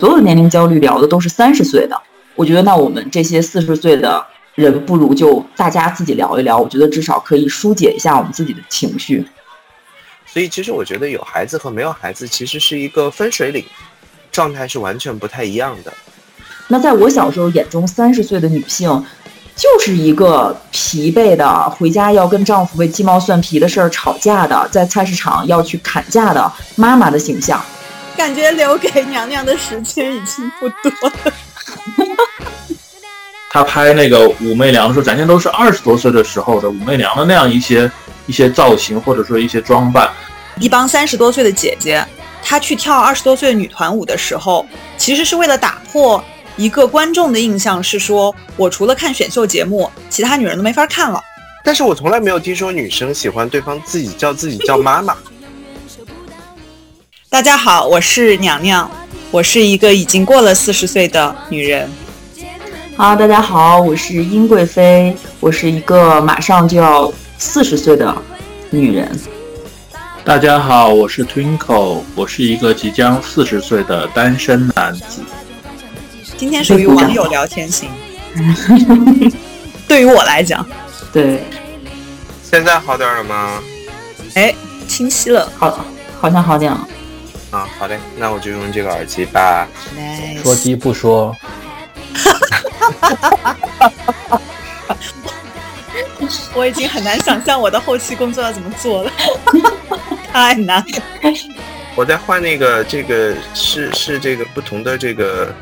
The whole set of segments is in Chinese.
所有的年龄焦虑聊的都是30岁的。我觉得那我们这些40岁的人，不如就大家自己聊一聊，我觉得至少可以疏解一下我们自己的情绪。 所以其实我觉得有孩子和没有孩子其实是一个分水岭，状态是完全不太一样的。 那在我小时候眼中，30岁的女性就是一个疲惫的，回家要跟丈夫为鸡毛蒜皮的事儿吵架的，在菜市场要去砍价的妈妈的形象。 感觉留给娘娘的时间已经不多了。 他拍那个武媚娘的时候，展现都是20多岁的时候的武媚娘的那样一些造型，或者说一些装扮。 一帮30多岁的姐姐，她去跳20多岁的女团舞的时候，其实是为了打破一个观众的印象，是说我除了看选秀节目，其他女人都没法看了。 但是我从来没有听说女生喜欢对方自己叫妈妈。 大家好，我是娘娘，我是一个已经过了40岁的女人。 好，大家好，我是殷贵妃，我是一个马上就要40岁的女人。 大家好，我是 Twinkle， 我是一个即将40岁的单身男子。 今天属于网友聊天型。对于我来讲， 对。 现在好点了吗？ 哎，清晰了， 好像好点了。 啊，好嘞，那我就用这个耳机吧。 Nice. 说鸡不说。 我已经很难想象我的后期工作要怎么做了，太难了。 我在换那个，这个是这个不同的这个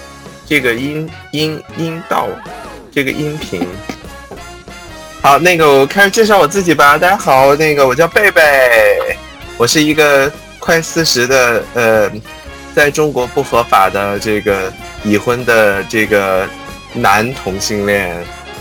音道，这个音频。好，那个我开始介绍我自己吧。大家好，那个我叫贝贝，我是一个快40的在中国不合法的这个已婚的这个男同性恋。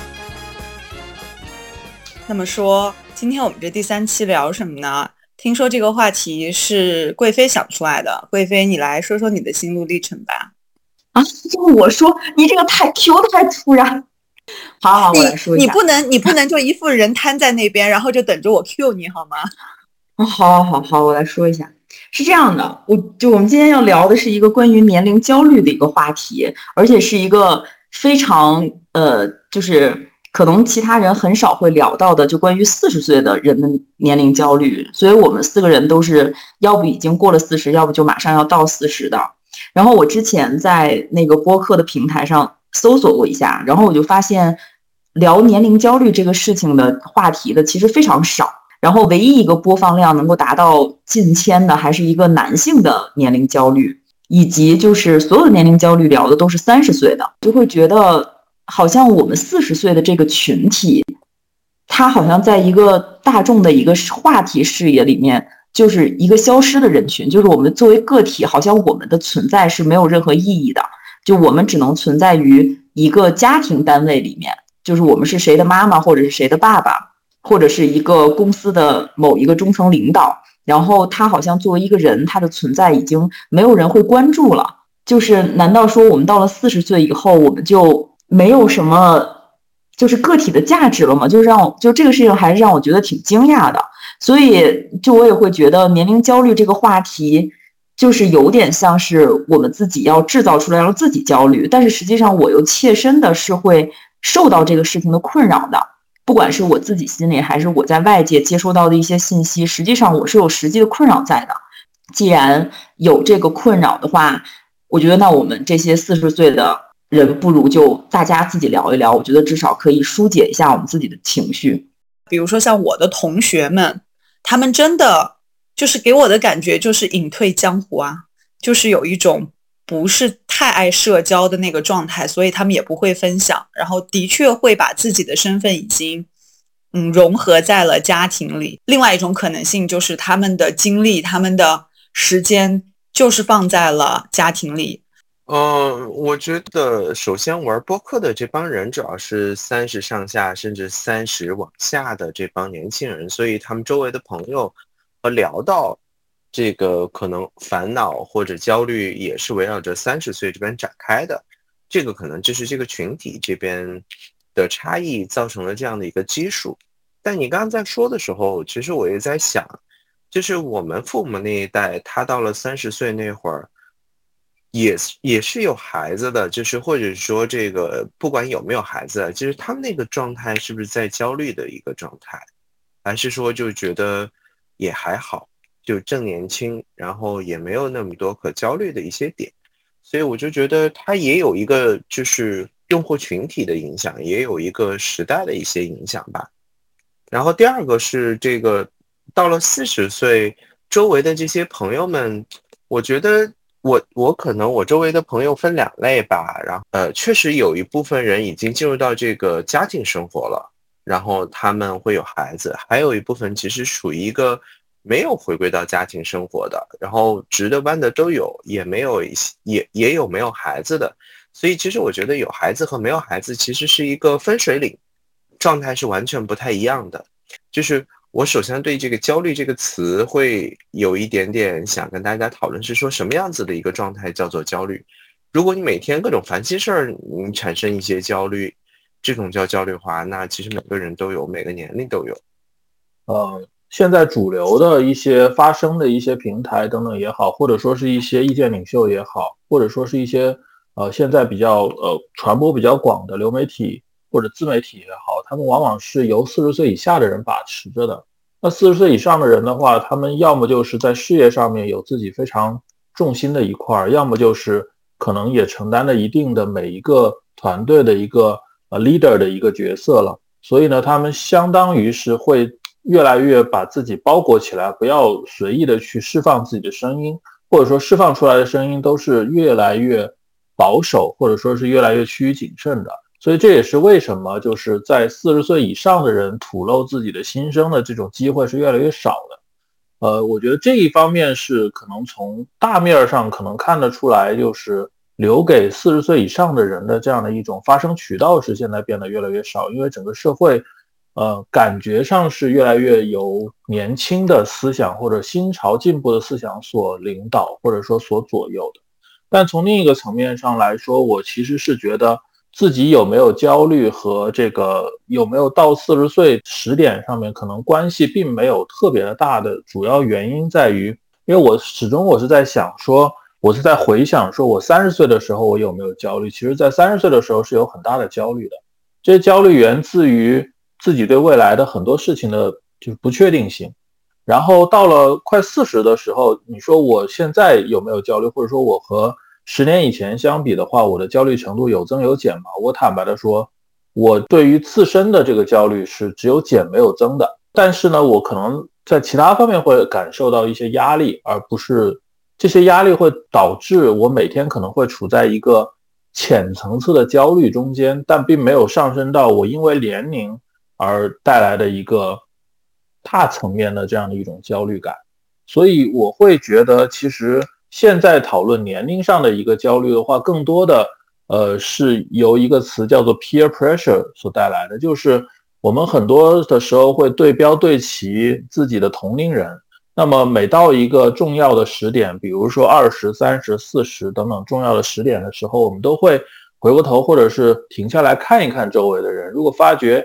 那么说，今天我们这第3期聊什么呢？听说这个话题是贵妃想出来的，贵妃你来说说你的心路历程吧。 啊，就我说你这个太 Q 的太突然。好，我来说一下。 你不能就一副人瘫在那边，然后就等着我 Q 你好吗？ 好，我来说一下。是这样的，我们今天要聊的是一个关于年龄焦虑的一个话题，而且是一个非常就是可能其他人很少会聊到的，就关于40岁的人的年龄焦虑。所以我们4个人都是要不已经过了40，要不就马上要到40的。然后我之前在那个播客的平台上搜索过一下，然后我就发现聊年龄焦虑这个事情的话题的其实非常少。然后唯一一个播放量能够达到近千的还是一个男性的年龄焦虑，以及就是所有的年龄焦虑聊的都是30岁的，就会觉得好像我们40岁的这个群体，它好像在一个大众的一个话题视野里面就是一个消失的人群，就是我们作为个体好像我们的存在是没有任何意义的，就我们只能存在于一个家庭单位里面，就是我们是谁的妈妈或者是谁的爸爸，或者是一个公司的某一个中层领导，然后他好像作为一个人，他的存在已经没有人会关注了。就是难道说我们到了40岁以后，我们就没有什么就是个体的价值了吗？就这个事情还是让我觉得挺惊讶的。所以就我也会觉得年龄焦虑这个话题就是有点像是我们自己要制造出来让自己焦虑，但是实际上我又切身的是会受到这个事情的困扰的。不管是我自己心里还是我在外界接收到的一些信息，实际上我是有实际的困扰在的。既然有这个困扰的话，我觉得那我们这些40岁的人不如就大家自己聊一聊，我觉得至少可以疏解一下我们自己的情绪。 比如说像我的同学们，他们真的就是给我的感觉就是隐退江湖啊，就是有一种不是太爱社交的那个状态，所以他们也不会分享，然后的确会把自己的身份已经融合在了家庭里。另外一种可能性就是他们的精力他们的时间就是放在了家庭里。 我觉得首先玩播客的这帮人主要是30上下甚至30往下的这帮年轻人，所以他们周围的朋友和聊到这个可能烦恼或者焦虑也是围绕着30岁这边展开的，这个可能就是这个群体这边的差异造成了这样的一个基数。但你刚刚在说的时候，其实我也在想，就是我们父母那一代，他到了30岁那会儿， 也是有孩子的，就是或者说这个不管有没有孩子，就是他们那个状态是不是在焦虑的一个状态，还是说就觉得也还好，就正年轻，然后也没有那么多可焦虑的一些点。所以我就觉得它也有一个就是用户群体的影响，也有一个时代的一些影响吧。然后第二个是这个到了40岁，周围的这些朋友们，我觉得我可能我周围的朋友分2类吧，然后确实有一部分人已经进入到这个家庭生活了，然后他们会有孩子，还有一部分其实属于一个没有回归到家庭生活的，然后直的弯的都有，也有没有孩子的。所以其实我觉得有孩子和没有孩子其实是一个分水岭，状态是完全不太一样的。就是我首先对这个焦虑这个词会有一点点想跟大家讨论，是说什么样子的一个状态叫做焦虑。如果你每天各种烦心事儿，你产生一些焦虑，这种叫焦虑化，那其实每个人都有，每个年龄都有。 现在主流的一些发声的一些平台等等也好，或者说是一些意见领袖也好，或者说是一些现在比较传播比较广的流媒体或者自媒体也好，他们往往是由40岁以下的人把持着的。那40岁以上的人的话，他们要么就是在事业上面有自己非常重心的一块，要么就是可能也承担了一定的每一个团队的一个leader 的一个角色了。所以呢，他们相当于是会越来越把自己包裹起来，不要随意的去释放自己的声音，或者说释放出来的声音都是越来越保守，或者说是越来越趋于谨慎的。所以这也是为什么就是在40岁以上的人吐露自己的心声的这种机会是越来越少的。我觉得这一方面是可能从大面上可能看得出来，就是留给40岁以上的人的这样的一种发声渠道是现在变得越来越少，因为整个社会感觉上是越来越由年轻的思想或者新潮进步的思想所领导，或者说所左右的。但从另一个层面上来说，我其实是觉得自己有没有焦虑和这个有没有到40岁时点上面可能关系并没有特别的大，的主要原因在于，因为我始终是在想说，我是在回想说我30岁的时候我有没有焦虑。其实在30岁的时候是有很大的焦虑的，这些焦虑源自于自己对未来的很多事情的就是不确定性。然后到了快40的时候，你说我现在有没有焦虑，或者说我和10年以前相比的话，我的焦虑程度有增有减吗？我坦白的说，我对于自身的这个焦虑是只有减没有增的。但是呢，我可能在其他方面会感受到一些压力，而不是这些压力会导致我每天可能会处在一个浅层次的焦虑中间，但并没有上升到我因为年龄而带来的一个大层面的这样的一种焦虑感。所以我会觉得其实现在讨论年龄上的一个焦虑的话，更多的是由一个词叫做 peer pressure 所带来的，就是我们很多的时候会对标对齐自己的同龄人，那么每到一个重要的时点，比如说20、30、40等等重要的时点的时候，我们都会回过头或者是停下来看一看周围的人，如果发觉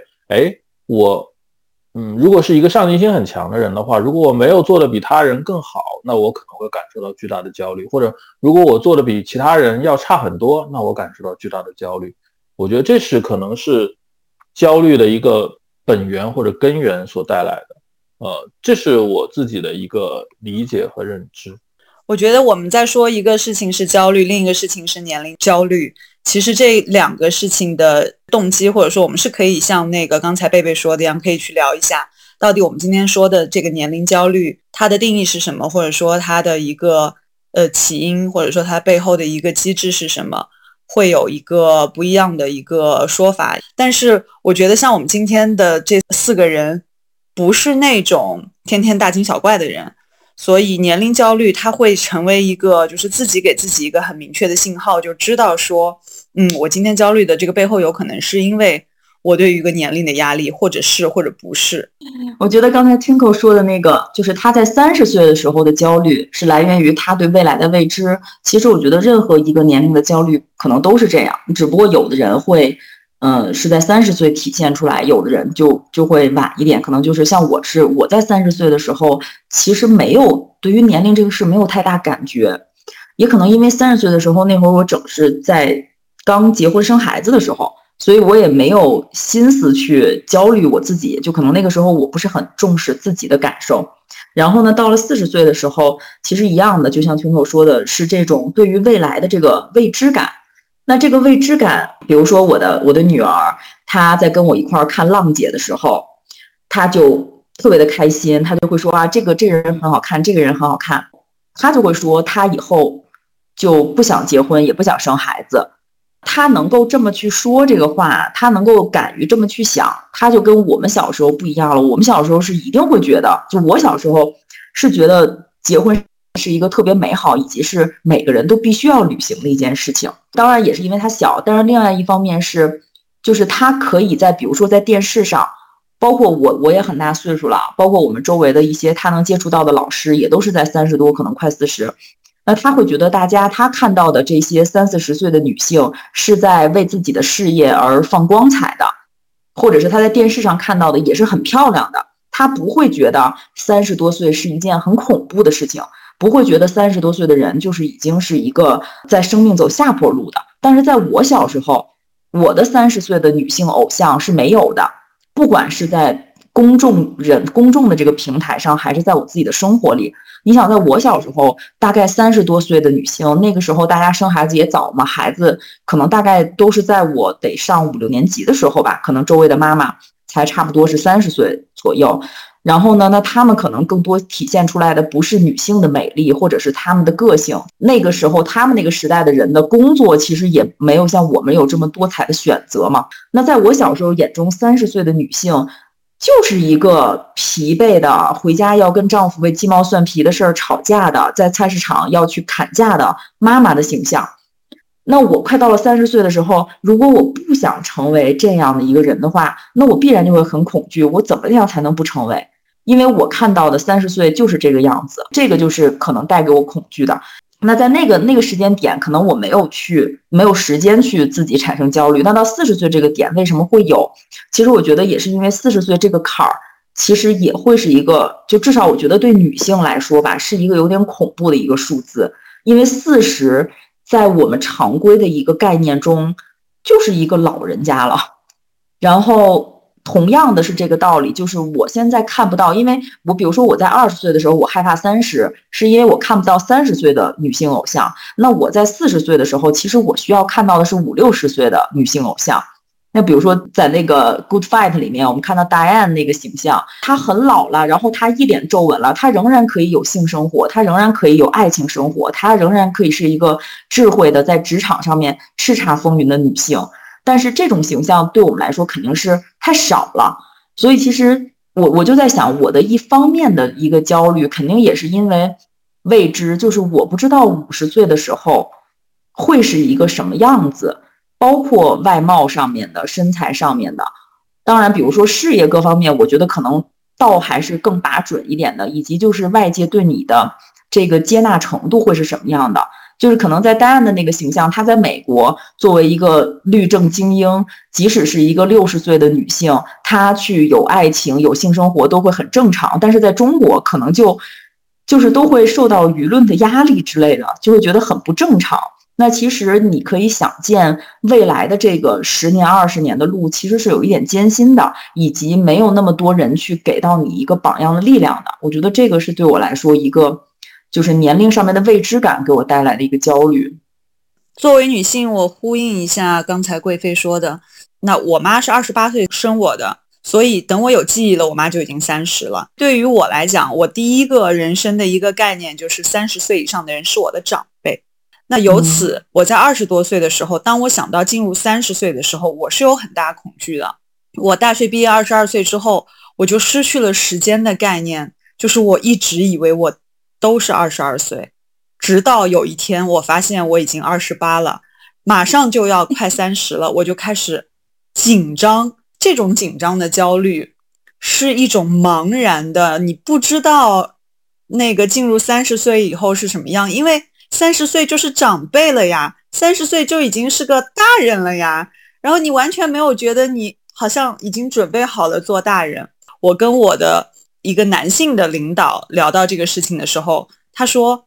如果是一个上进心很强的人的话，如果我没有做的比他人更好，那我可能会感受到巨大的焦虑，或者如果我做的比其他人要差很多，那我感受到巨大的焦虑。我觉得这是可能是焦虑的一个本源或者根源所带来的。这是我自己的一个理解和认知。 我觉得我们在说一个事情是焦虑，另一个事情是年龄焦虑，其实这2个事情的动机，或者说我们是可以像那个刚才贝贝说的一样，可以去聊一下到底我们今天说的这个年龄焦虑它的定义是什么，或者说它的一个起因，或者说它背后的一个机制是什么，会有一个不一样的一个说法。但是我觉得像我们今天的这4个人不是那种天天大惊小怪的人，所以年龄焦虑它会成为一个就是自己给自己一个很明确的信号，就知道说我今天焦虑的这个背后有可能是因为我对于一个年龄的压力，或者是或者不是。 我觉得刚才 Tinko 说的那个就是他在30岁的时候的焦虑是来源于他对未来的未知。其实我觉得任何一个年龄的焦虑可能都是这样，只不过有的人会是在30岁体现出来，有的人就会晚一点，可能就是像我在30岁的时候其实没有对于年龄这个事没有太大感觉， 也可能因为30岁的时候那会儿我正是在刚结婚生孩子的时候，所以我也没有心思去焦虑我自己，就可能那个时候我不是很重视自己的感受。然后呢，到了40岁的时候，其实一样的，就像群口说的，是这种对于未来的这个未知感。那这个未知感，比如说我的女儿，她在跟我一块儿看浪姐的时候，她就特别的开心，她就会说啊，这个人很好看，这个人很好看，她就会说她以后就不想结婚，也不想生孩子。他能够这么去说这个话，他能够敢于这么去想，他就跟我们小时候不一样了。我们小时候是一定会觉得，就我小时候是觉得结婚是一个特别美好，以及是每个人都必须要履行的一件事情。当然也是因为他小，但是另外一方面是，就是他可以在比如说在电视上，包括我也很大岁数了，包括我们周围的一些他能接触到的老师也都是在30多，可能快40。那他会觉得他看到的这些30、40岁的女性是在为自己的事业而放光彩的，或者是他在电视上看到的也是很漂亮的。他不会觉得30多岁是一件很恐怖的事情，不会觉得30多岁的人就是已经是一个在生命走下坡路的。但是在我小时候，我的30岁的女性偶像是没有的，不管是在公众的这个平台上，还是在我自己的生活里。你想，在我小时候，大概30多岁的女性，那个时候大家生孩子也早嘛，孩子可能大概都是在我得上5、6年级的时候吧，可能周围的妈妈才差不多是30岁左右。然后呢，那她们可能更多体现出来的不是女性的美丽，或者是她们的个性。那个时候，她们那个时代的人的工作其实也没有像我们有这么多彩的选择嘛。那在我小时候眼中，30岁的女性就是一个疲惫的，回家要跟丈夫为鸡毛蒜皮的事儿吵架的，在菜市场要去砍价的妈妈的形象。那我快到了30岁的时候，如果我不想成为这样的一个人的话，那我必然就会很恐惧，我怎么样才能不成为？因为我看到的30岁就是这个样子，这个就是可能带给我恐惧的。那在那个时间点，可能我没有时间去自己产生焦虑。那到40岁这个点，为什么会有？其实我觉得也是因为40岁这个坎儿，其实也会是一个，就至少我觉得对女性来说吧，是一个有点恐怖的一个数字。因为40在我们常规的一个概念中，就是一个老人家了。然后同样的是这个道理，就是我现在看不到，因为我比如说我在20岁的时候，我害怕30，是因为我看不到30岁的女性偶像。那我在40岁的时候，其实我需要看到的是50、60岁的女性偶像。那比如说在那个 Good Fight 里面，我们看到 Diane 那个形象，她很老了，然后她一脸皱纹了，她仍然可以有性生活，她仍然可以有爱情生活，她仍然可以是一个智慧的在职场上面叱咤风云的女性。但是这种形象对我们来说肯定是太少了，所以其实我就在想，我的一方面的一个焦虑肯定也是因为未知，就是我不知道50岁的时候会是一个什么样子，包括外貌上面的、身材上面的。当然比如说事业各方面，我觉得可能倒还是更打准一点的，以及就是外界对你的这个接纳程度会是什么样的。就是可能在戴安的那个形象，她在美国作为一个律政精英，即使是一个60岁的女性，她去有爱情、有性生活都会很正常。但是在中国，可能就是都会受到舆论的压力之类的，就会觉得很不正常。那其实你可以想见，未来的这个10年、20年的路，其实是有一点艰辛的，以及没有那么多人去给到你一个榜样的力量的。我觉得这个是对我来说一个。就是年龄上面的未知感给我带来的一个焦虑。 作为女性，我呼应一下刚才贵妃说的，那我妈是28岁生我的，所以等我有记忆了，我妈就已经30了。对于我来讲，我第一个人生的一个概念就是30岁以上的人是我的长辈。那由此，我在20多岁的时候，当我想到进入30岁的时候，我是有很大恐惧的。我大学毕业22岁之后，我就失去了时间的概念，就是我一直以为我都是22岁，直到有一天我发现我已经28了，马上就要快30了，我就开始紧张。这种紧张的焦虑是一种茫然的，你不知道那个进入30岁以后是什么样，因为30岁就是长辈了呀，30岁就已经是个大人了呀，然后你完全没有觉得你好像已经准备好了做大人。我跟我的一个男性的领导聊到这个事情的时候，他说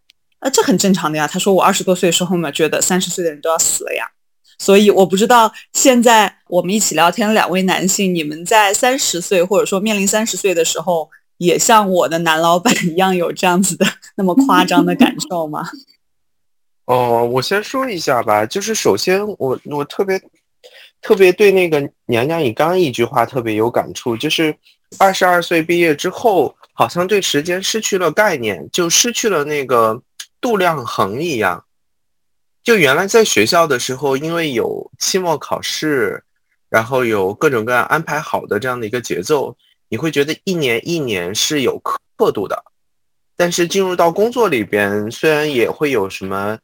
这很正常的呀。他说我20多岁的时候嘛，觉得30岁的人都要死了呀。所以我不知道现在我们一起聊天的2位男性，你们在30岁或者说面临30岁的时候，也像我的男老板一样有这样子的那么夸张的感受吗？ 我先说一下吧，就是首先我特别对那个娘娘你刚刚一句话特别有感触，就是22岁毕业之后，好像对时间失去了概念，就失去了那个度量衡一样。就原来在学校的时候，因为有期末考试，然后有各种各样安排好的这样的一个节奏，你会觉得一年一年是有刻度的。但是进入到工作里边，虽然也会有什么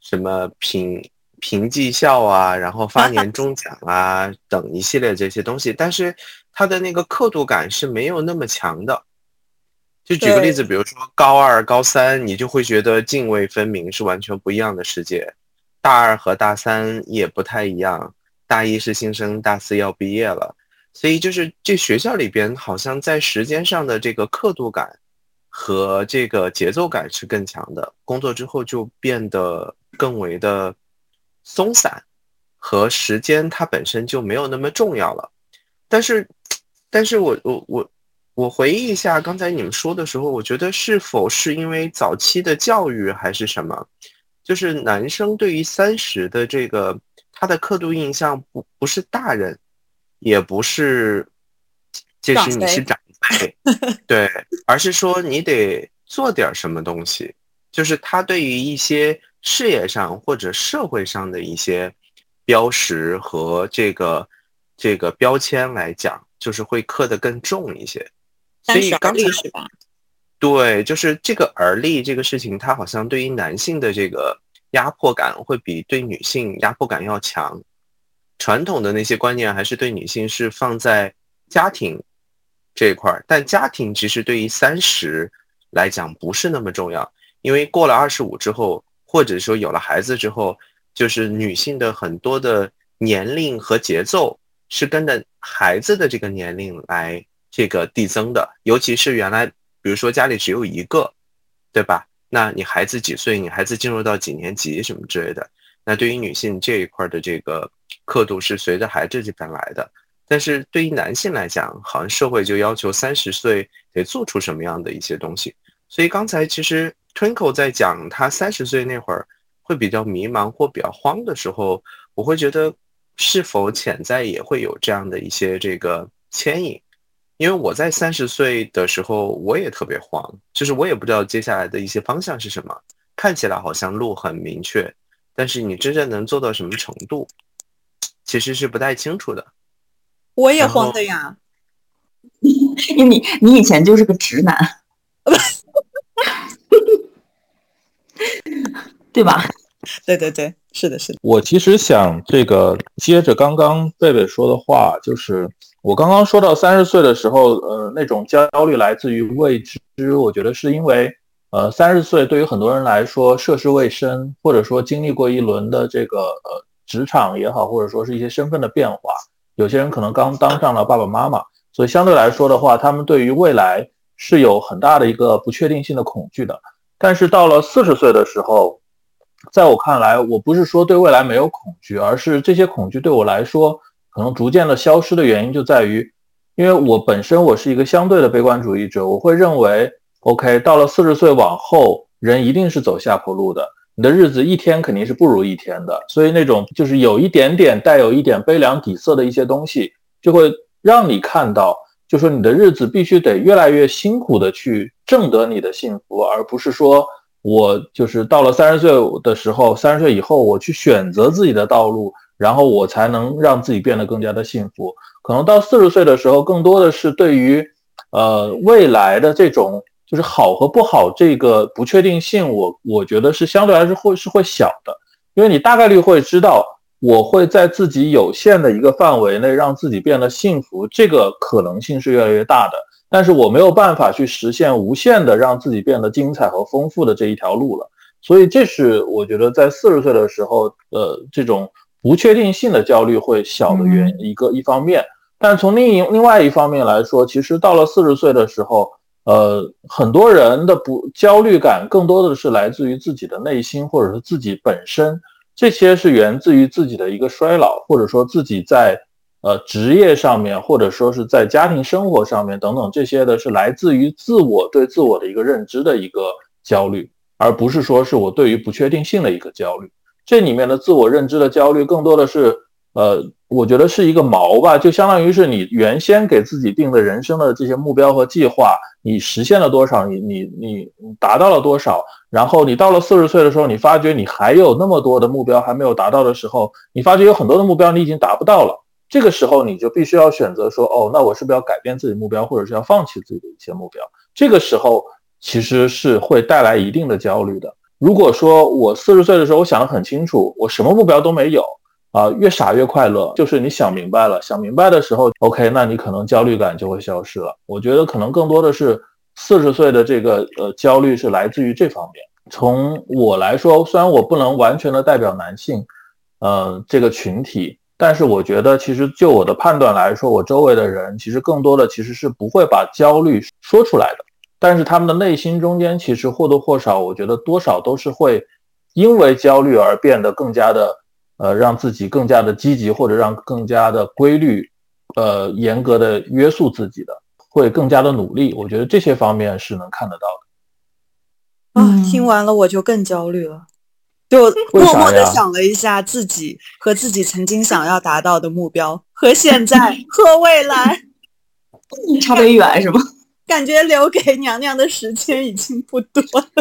评绩效啊，然后发年终奖啊等一系列这些东西，但是它的那个刻度感是没有那么强的。就举个例子，比如说高2、高3，你就会觉得泾渭分明，是完全不一样的世界。大2和大3也不太一样，大1是新生，大4要毕业了，所以就是这学校里边好像在时间上的这个刻度感和这个节奏感是更强的，工作之后就变得更为的松散，和时间它本身就没有那么重要了。但是我回忆一下刚才你们说的时候，我觉得是否是因为早期的教育还是什么，就是男生对于30的这个他的刻度印象不是大人，也不是就是你是长辈，对，而是说你得做点什么东西，就是他对于一些事业上或者社会上的一些标识和这个标签来讲，就是会刻得更重一些。所以刚才是吧？ 对，就是这个而立这个事情，它好像对于男性的这个压迫感会比对女性压迫感要强。传统的那些观念还是对女性是放在家庭这一块，但家庭其实对于30来讲不是那么重要，因为过了25之后，或者说有了孩子之后，就是女性的很多的年龄和节奏是跟着孩子的这个年龄来这个递增的，尤其是原来比如说家里只有一个，对吧？那你孩子几岁，你孩子进入到几年级什么之类的，那对于女性这一块的这个刻度是随着孩子这边来的。但是对于男性来讲，好像社会就要求30岁得做出什么样的一些东西。所以刚才其实 Twinkle 在讲他30岁那会儿会比较迷茫或比较慌的时候，我会觉得是否潜在也会有这样的一些这个牵引。因为我在30岁的时候我也特别慌，就是我也不知道接下来的一些方向是什么，看起来好像路很明确，但是你真正能做到什么程度其实是不太清楚的。 我也慌的呀。 因为你以前就是个直男对吧？ 对对对，是的是的。 我其实想这个接着刚刚贝贝说的话，就是我刚刚说到30岁的时候，那种焦虑来自于未知，我觉得是因为30岁对于很多人来说涉世未深，或者说经历过一轮的这个职场也好，或者说是一些身份的变化，有些人可能刚当上了爸爸妈妈，所以相对来说的话，他们对于未来是有很大的一个不确定性的恐惧的。但是到了40岁的时候，在我看来，我不是说对未来没有恐惧，而是这些恐惧对我来说可能逐渐的消失的原因就在于，因为我本身我是一个相对的悲观主义者，我会认为 OK 到了40岁往后，人一定是走下坡路的，你的日子一天肯定是不如一天的，所以那种就是有一点点带有一点悲凉底色的一些东西，就会让你看到，就说你的日子必须得越来越辛苦的去挣得你的幸福，而不是说我就是到了30岁的时候，30岁以后我去选择自己的道路，然后我才能让自己变得更加的幸福。可能到40岁的时候，更多的是对于未来的这种就是好和不好这个不确定性，我觉得是相对来说会小的，因为你大概率会知道我会在自己有限的一个范围内让自己变得幸福，这个可能性是越来越大的。但是我没有办法去实现无限的让自己变得精彩和丰富的这一条路了，所以这是我觉得在40岁的时候，这种不确定性的焦虑会小的一方面。但从另外一方面来说，其实到了40岁的时候， 很多人的焦虑感更多的是来自于自己的内心，或者是自己本身，这些是源自于自己的一个衰老，或者说自己在职业上面，或者说是在家庭生活上面等等，这些的是来自于自我对自我的一个认知的一个焦虑，而不是说是我对于不确定性的一个焦虑。这里面的自我认知的焦虑更多的是我觉得是一个锚吧，就相当于是你原先给自己定的人生的这些目标和计划，你实现了多少，你达到了多少，然后你到了40岁的时候，你发觉你还有那么多的目标还没有达到的时候，你发觉有很多的目标你已经达不到了，这个时候你就必须要选择说，那我是不是要改变自己目标，或者是要放弃自己的一些目标，这个时候其实是会带来一定的焦虑的。如果说我40岁的时候我想得很清楚，我什么目标都没有越傻越快乐，就是你想明白了，想明白的时候 OK， 那你可能焦虑感就会消失了。我觉得可能更多的是40岁的这个焦虑是来自于这方面。从我来说，虽然我不能完全的代表男性这个群体，但是我觉得其实就我的判断来说，我周围的人其实更多的其实是不会把焦虑说出来的，但是他们的内心中间其实或多或少我觉得多少都是会因为焦虑而变得更加的让自己更加的积极，或者让更加的规律严格的约束自己的，会更加的努力，我觉得这些方面是能看得到的。听完了我就更焦虑了，就默默的想了一下自己和自己曾经想要达到的目标和现在和未来差得远是吗？ 感觉留给娘娘的时间已经不多了。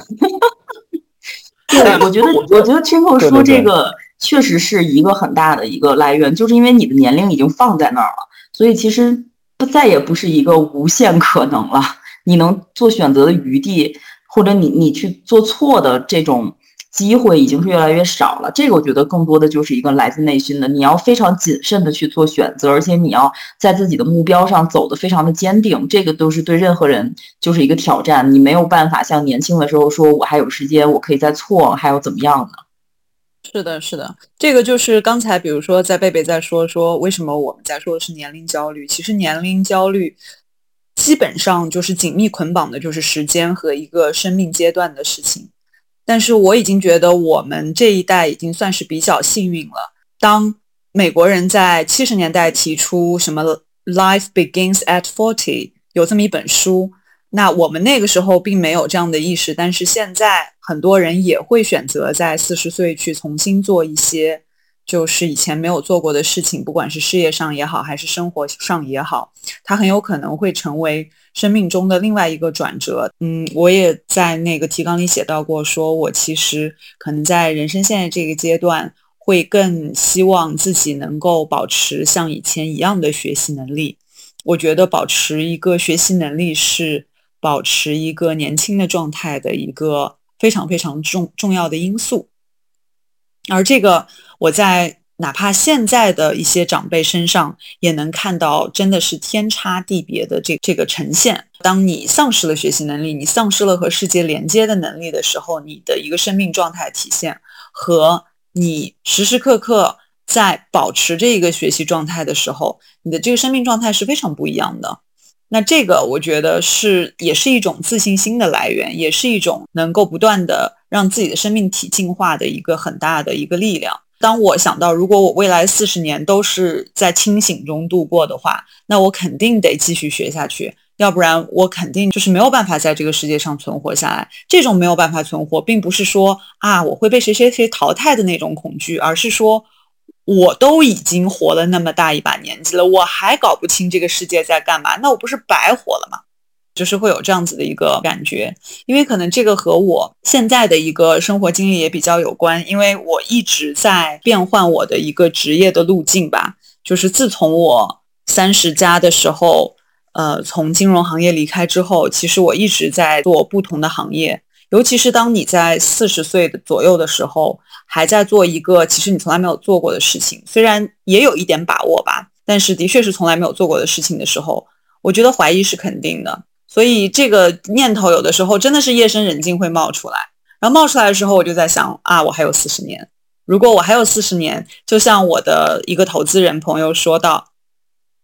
对，我觉得Triple说这个确实是一个很大的一个来源，就是因为你的年龄已经放在那儿了，所以其实再也不是一个无限可能了，你能做选择的余地，或者你去做错的这种机会已经是越来越少了。这个我觉得更多的就是一个来自内心的，你要非常谨慎的去做选择，而且你要在自己的目标上走得非常的坚定，这个都是对任何人就是一个挑战，你没有办法像年轻的时候说我还有时间，我可以再错，还有怎么样呢？ 是的，是的，这个就是刚才比如说在贝贝在说为什么我们在说的是年龄焦虑，其实年龄焦虑基本上就是紧密捆绑的就是时间和一个生命阶段的事情。但是我已经觉得我们这一代已经算是比较幸运了。当美国人在70年代提出什么 Life Begins at 40有这么一本书，那我们那个时候并没有这样的意识，但是现在很多人也会选择在40岁去重新做一些就是以前没有做过的事情，不管是事业上也好还是生活上也好，它很有可能会成为生命中的另外一个转折。我也在那个提纲里写到过，说我其实可能在人生现在这个阶段会更希望自己能够保持像以前一样的学习能力。我觉得保持一个学习能力是保持一个年轻的状态的一个非常非常重要的因素。而这个我在哪怕现在的一些长辈身上也能看到，真的是天差地别的这个呈现。当你丧失了学习能力，你丧失了和世界连接的能力的时候，你的一个生命状态体现和你时时刻刻在保持这一个学习状态的时候，你的这个生命状态是非常不一样的。那这个我觉得也是一种自信心的来源，也是一种能够不断的让自己的生命体进化的一个很大的一个力量。当我想到如果我未来40年都是在清醒中度过的话，那我肯定得继续学下去，要不然我肯定就是没有办法在这个世界上存活下来。这种没有办法存活并不是说我会被谁谁谁淘汰的那种恐惧，而是说我都已经活了那么大一把年纪了，我还搞不清这个世界在干嘛，那我不是白活了吗？就是会有这样子的一个感觉。因为可能这个和我现在的一个生活经历也比较有关，因为我一直在变换我的一个职业的路径吧。就是自从我30加的时候从金融行业离开之后，其实我一直在做不同的行业。尤其是当你在40岁左右的时候，还在做一个其实你从来没有做过的事情，虽然也有一点把握吧，但是的确是从来没有做过的事情的时候，我觉得怀疑是肯定的。所以这个念头有的时候真的是夜深人静会冒出来，然后冒出来的时候我就在想我还有40年。如果我还有40年，就像我的一个投资人朋友说到，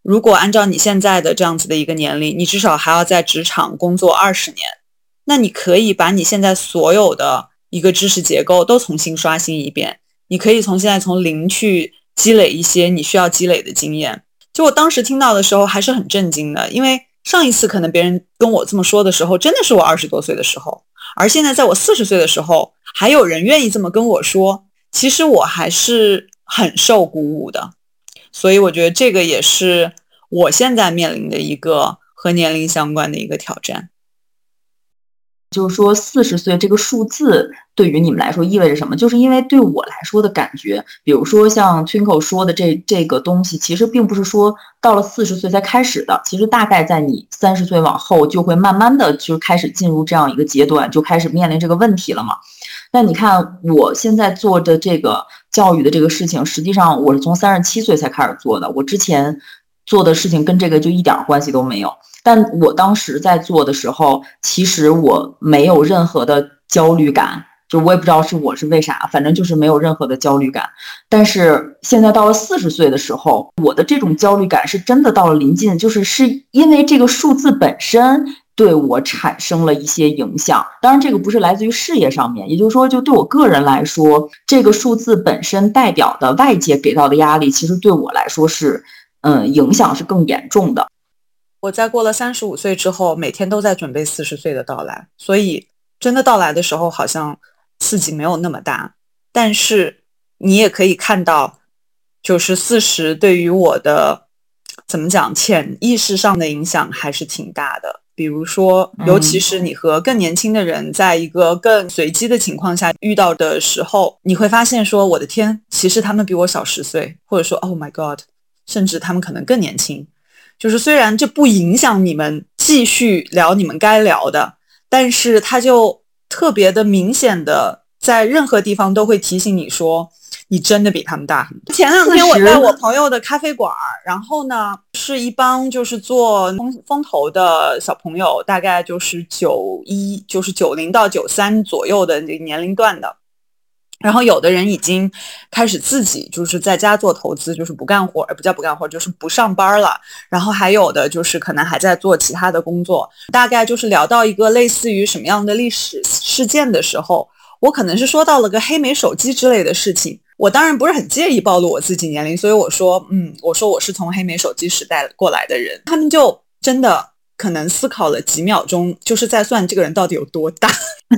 如果按照你现在的这样子的一个年龄，你至少还要在职场工作20年，那你可以把你现在所有的一个知识结构都重新刷新一遍，你可以现在从零去积累一些你需要积累的经验。就我当时听到的时候还是很震惊的，因为上一次可能别人跟我这么说的时候真的是我20多岁的时候，而现在在我40岁的时候还有人愿意这么跟我说，其实我还是很受鼓舞的。所以我觉得这个也是我现在面临的一个和年龄相关的一个挑战。 就是说40岁这个数字对于你们来说意味着什么？就是因为对我来说的感觉，比如说像 Twinkle 说的这个东西，其实并不是说到了40岁才开始的，其实大概在你30岁往后就会慢慢的就开始进入这样一个阶段，就开始面临这个问题了嘛。那你看我现在做的这个教育的这个事情，实际上我是从37岁才开始做的，我之前做的事情跟这个就一点关系都没有。但我当时在做的时候，其实我没有任何的焦虑感，就我也不知道我是为啥，反正就是没有任何的焦虑感。但是现在到了40岁的时候，我的这种焦虑感是真的到了临近，是因为这个数字本身对我产生了一些影响。当然这个不是来自于事业上面，也就是说就对我个人来说，这个数字本身代表的外界给到的压力，其实对我来说是影响是更严重的。 我在过了35岁之后，每天都在准备40岁的到来，所以真的到来的时候好像刺激没有那么大，但是你也可以看到，就是40对于我的怎么讲潜意识上的影响还是挺大的。比如说尤其是你和更年轻的人在一个更随机的情况下遇到的时候，你会发现说我的天，其实他们比我小10岁，或者说 Oh my God， 甚至他们可能更年轻。就是虽然这不影响你们继续聊你们该聊的，但是它就特别的明显的在任何地方都会提醒你说你真的比他们大很多。前2天我在我朋友的咖啡馆，然后呢是一帮就是做风投的小朋友，大概就是90到93左右的这个年龄段的，然后有的人已经开始自己就是在家做投资，就是不干活，不叫不干活，就是不上班了。然后还有的就是可能还在做其他的工作。大概就是聊到一个类似于什么样的历史事件的时候，我可能是说到了个黑莓手机之类的事情。我当然不是很介意暴露我自己年龄，所以我说我是从黑莓手机时代过来的人。他们就真的可能思考了几秒钟，就是在算这个人到底有多大。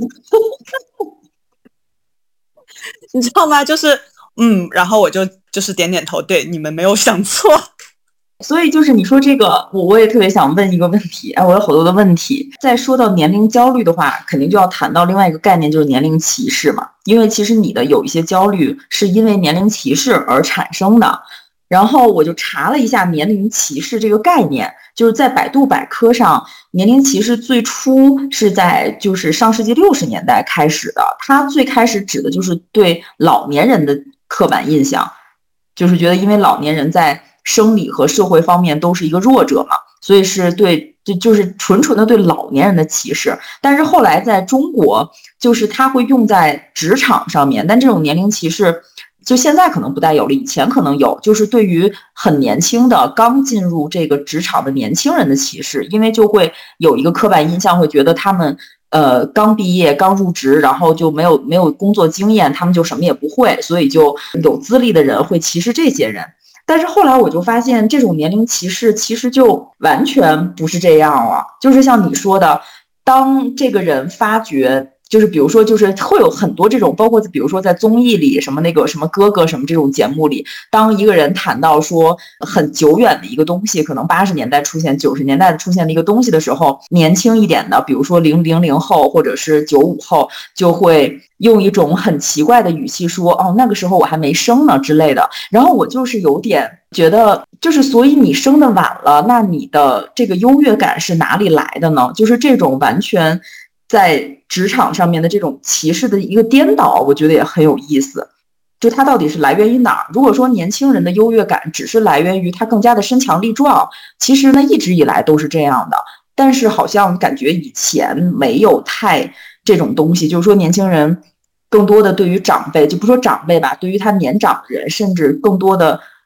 你知道吗？就是然后我就是点点头，对，你们没有想错。 所以就是你说这个，我也特别想问一个问题，我有好多的问题。再说到年龄焦虑的话，肯定就要谈到另外一个概念，就是年龄歧视嘛。因为其实你的有一些焦虑是因为年龄歧视而产生的。然后我就查了一下年龄歧视这个概念，就是在百度百科上，年龄歧视最初是在就是上世纪60年代开始的。它最开始指的就是对老年人的刻板印象，就是觉得因为老年人在生理和社会方面都是一个弱者嘛，所以是对就是纯纯的对老年人的歧视。但是后来在中国，就是它会用在职场上面，但这种年龄歧视就现在可能不带有了，以前可能有，就是对于很年轻的刚进入这个职场的年轻人的歧视，因为就会有一个刻板印象，会觉得他们刚毕业刚入职，然后就没有工作经验，他们就什么也不会，所以就有资历的人会歧视这些人。但是后来我就发现，这种年龄歧视其实就完全不是这样了。就是像你说的，当这个人发觉，就是比如说，就是会有很多这种，包括比如说在综艺里，什么那个什么哥哥什么这种节目里，当一个人谈到说很久远的一个东西，可能80年代出现、90年代出现的一个东西的时候，年轻一点的，比如说00后或者是95后，就会用一种很奇怪的语气说：“哦，那个时候我还没生呢”之类的。然后我就是有点觉得，就是所以你生的晚了，那你的这个优越感是哪里来的呢？就是这种完全在职场上面的这种歧视的一个颠倒，我觉得也很有意思。就它到底是来源于哪儿？如果说年轻人的优越感只是来源于他更加的身强力壮，其实呢一直以来都是这样的。但是好像感觉以前没有太这种东西，就是说年轻人更多的对于长辈，就不说长辈吧，对于他年长的人，甚至更多的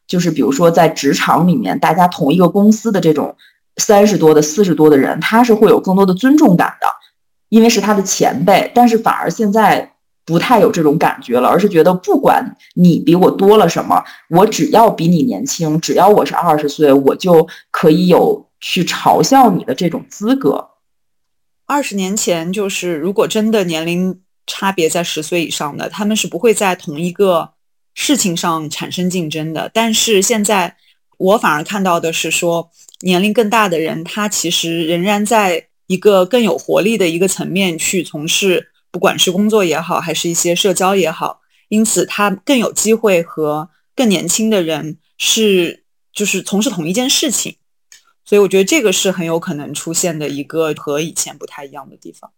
就是比如说在职场里面，大家同一个公司的这种30多的、40多的人，他是会有更多的尊重感的，因为是他的前辈。但是反而现在不太有这种感觉了，而是觉得不管你比我多了什么，我只要比你年轻，只要我是20岁，我就可以有去嘲笑你的这种资格。 20年前，就是如果真的年龄差别在10岁以上的，他们是不会在同一个事情上产生竞争的。但是现在我反而看到的是说，年龄更大的人，他其实仍然在一个更有活力的一个层面去从事，不管是工作也好，还是一些社交也好，因此他更有机会和更年轻的人就是从事同一件事情。所以我觉得这个是很有可能出现的一个和以前不太一样的地方。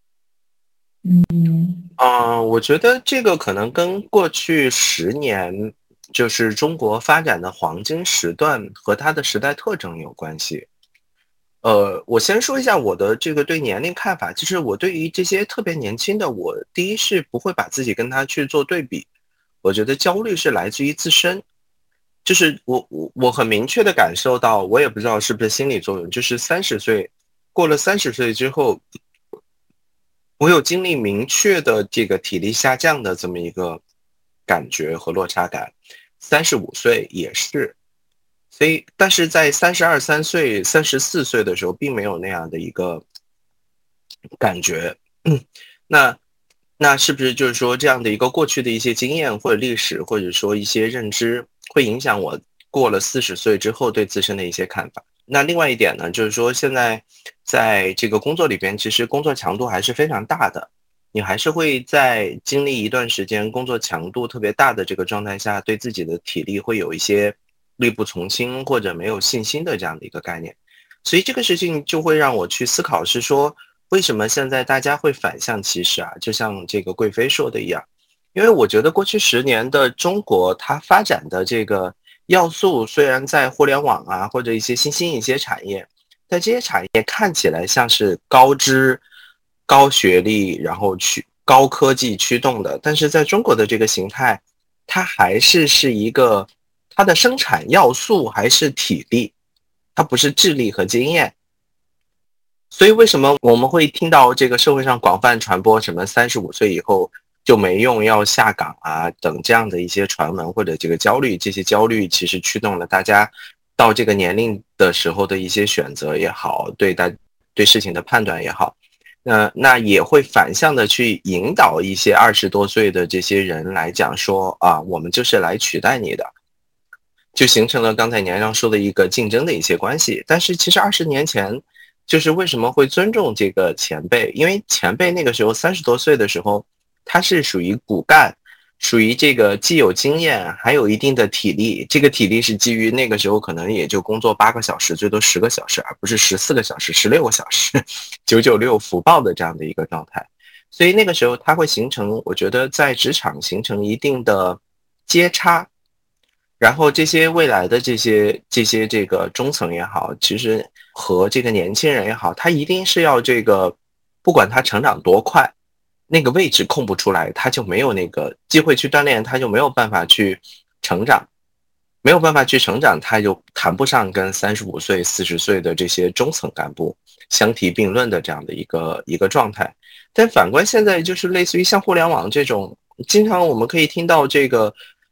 我觉得这个可能跟过去10年就是中国发展的黄金时段和它的时代特征有关系。我先说一下我的这个对年龄看法。其实我对于这些特别年轻的，我第一是不会把自己跟他去做对比。我觉得焦虑是来自于自身，就是我很明确的感受到，我也不知道是不是心理作用，就是过了30岁之后，我有经历明确的这个体力下降的这么一个感觉和落差感。35岁也是，所以但是在32、3岁、34岁的时候，并没有那样的一个感觉。那是不是就是说这样的一个过去的一些经验或者历史，或者说一些认知，会影响我过了40岁之后对自身的一些看法？那另外一点呢，就是说现在在这个工作里边，其实工作强度还是非常大的，你还是会在经历一段时间工作强度特别大的这个状态下，对自己的体力会有一些力不从心或者没有信心的这样的一个概念。所以这个事情就会让我去思考，是说为什么现在大家会反向歧视啊？就像这个贵妃说的一样，因为我觉得过去10年的中国，它发展的这个要素虽然在互联网啊或者一些新兴一些产业，但这些产业看起来像是高知、高学历，然后高科技驱动的，但是在中国的这个形态，它还是一个它的生产要素还是体力，它不是智力和经验。所以为什么我们会听到这个社会上广泛传播什么35岁以后就没用要下岗啊等这样的一些传闻或者这个焦虑，这些焦虑其实驱动了大家到这个年龄的时候的一些选择也好，对事情的判断也好，那也会反向的去引导一些20多岁的这些人来讲说啊，我们就是来取代你的，就形成了刚才年上说的一个竞争的一些关系。但是其实20年前，就是为什么会尊重这个前辈，因为前辈那个时候30多岁的时候，他是属于骨干，属于这个既有经验还有一定的体力，这个体力是基于那个时候可能也就工作8个小时，最多10个小时，而不是14个小时、16个小时996福报的这样的一个状态。所以那个时候它会形成，我觉得在职场形成一定的阶差，然后这些未来的这些这个中层也好，其实和这个年轻人也好，他一定是要这个，不管他成长多快，那个位置空不出来，他就没有那个机会去锻炼，他就没有办法去成长，没有办法去成长，他就谈不上跟35岁、40岁的这些中层干部相提并论的这样的一个状态。但反观现在，就是类似于像互联网这种，经常我们可以听到这个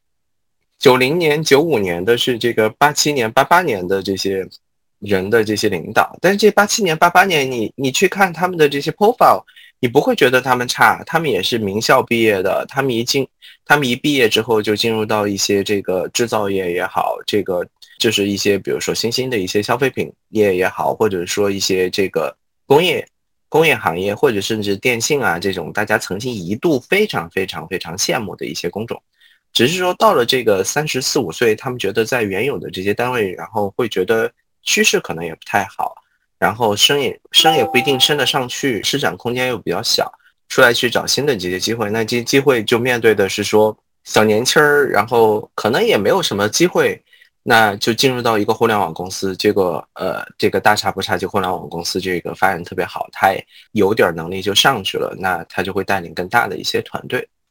90年、95年的是这个87年、88年的这些人的这些领导，但是这87年、88年你去看他们的这些 profile， 你不会觉得他们差，他们也是名校毕业的，他们一毕业之后就进入到一些这个制造业也好，这个就是一些比如说新兴的一些消费品业也好，或者说一些这个工业行业，或者甚至电信啊这种大家曾经一度非常非常非常羡慕的一些工种。只是说到了这个34、35岁，他们觉得在原有的这些单位，然后会觉得趋势可能也不太好，然后升也不一定升得上去，施展空间又比较小，出来去找新的这些机会，那这些机会就面对的是说小年轻儿，然后可能也没有什么机会，那就进入到一个互联网公司，结果这个大差不差，就互联网公司这个发展特别好，他也有点能力就上去了，那他就会带领更大的一些团队。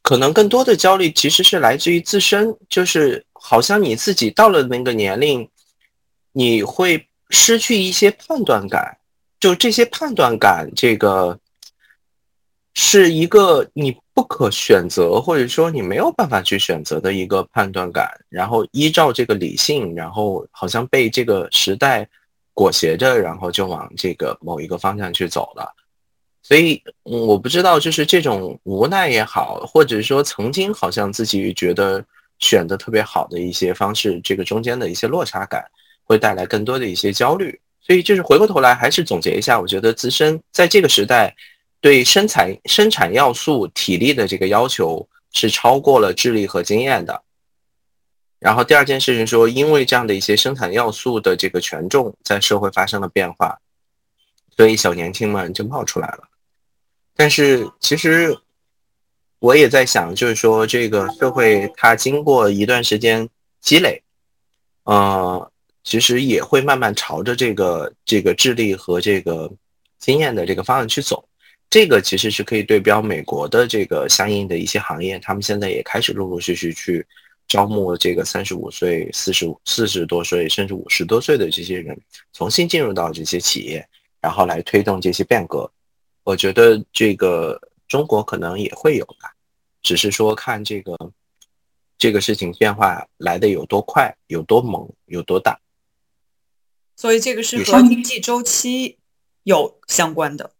可能更多的焦虑其实是来自于自身，就是好像你自己到了那个年龄，你会失去一些判断感，就这些判断感，这个是一个你不可选择，或者说你没有办法去选择的一个判断感，然后依照这个理性，然后好像被这个时代裹挟着，然后就往这个某一个方向去走了。所以，我不知道，就是这种无奈也好，或者说曾经好像自己觉得选的特别好的一些方式，这个中间的一些落差感，会带来更多的一些焦虑。所以，就是回过头来，还是总结一下，我觉得自身在这个时代，对生产要素、体力的这个要求是超过了智力和经验的。然后第二件事情说，因为这样的一些生产要素的这个权重在社会发生了变化，所以小年轻们就冒出来了。但是其实我也在想，就是说这个社会它经过一段时间积累，其实也会慢慢朝着这个智力和这个经验的这个方向去走。这个其实是可以对标美国的这个相应的一些行业，他们现在也开始陆陆续续去招募这个35岁、40多岁甚至50多岁的这些人，重新进入到这些企业，然后来推动这些变革。我觉得这个中国可能也会有的，只是说看这个事情变化来的有多快、有多猛、有多大。 所以这个是和经济周期有相关的。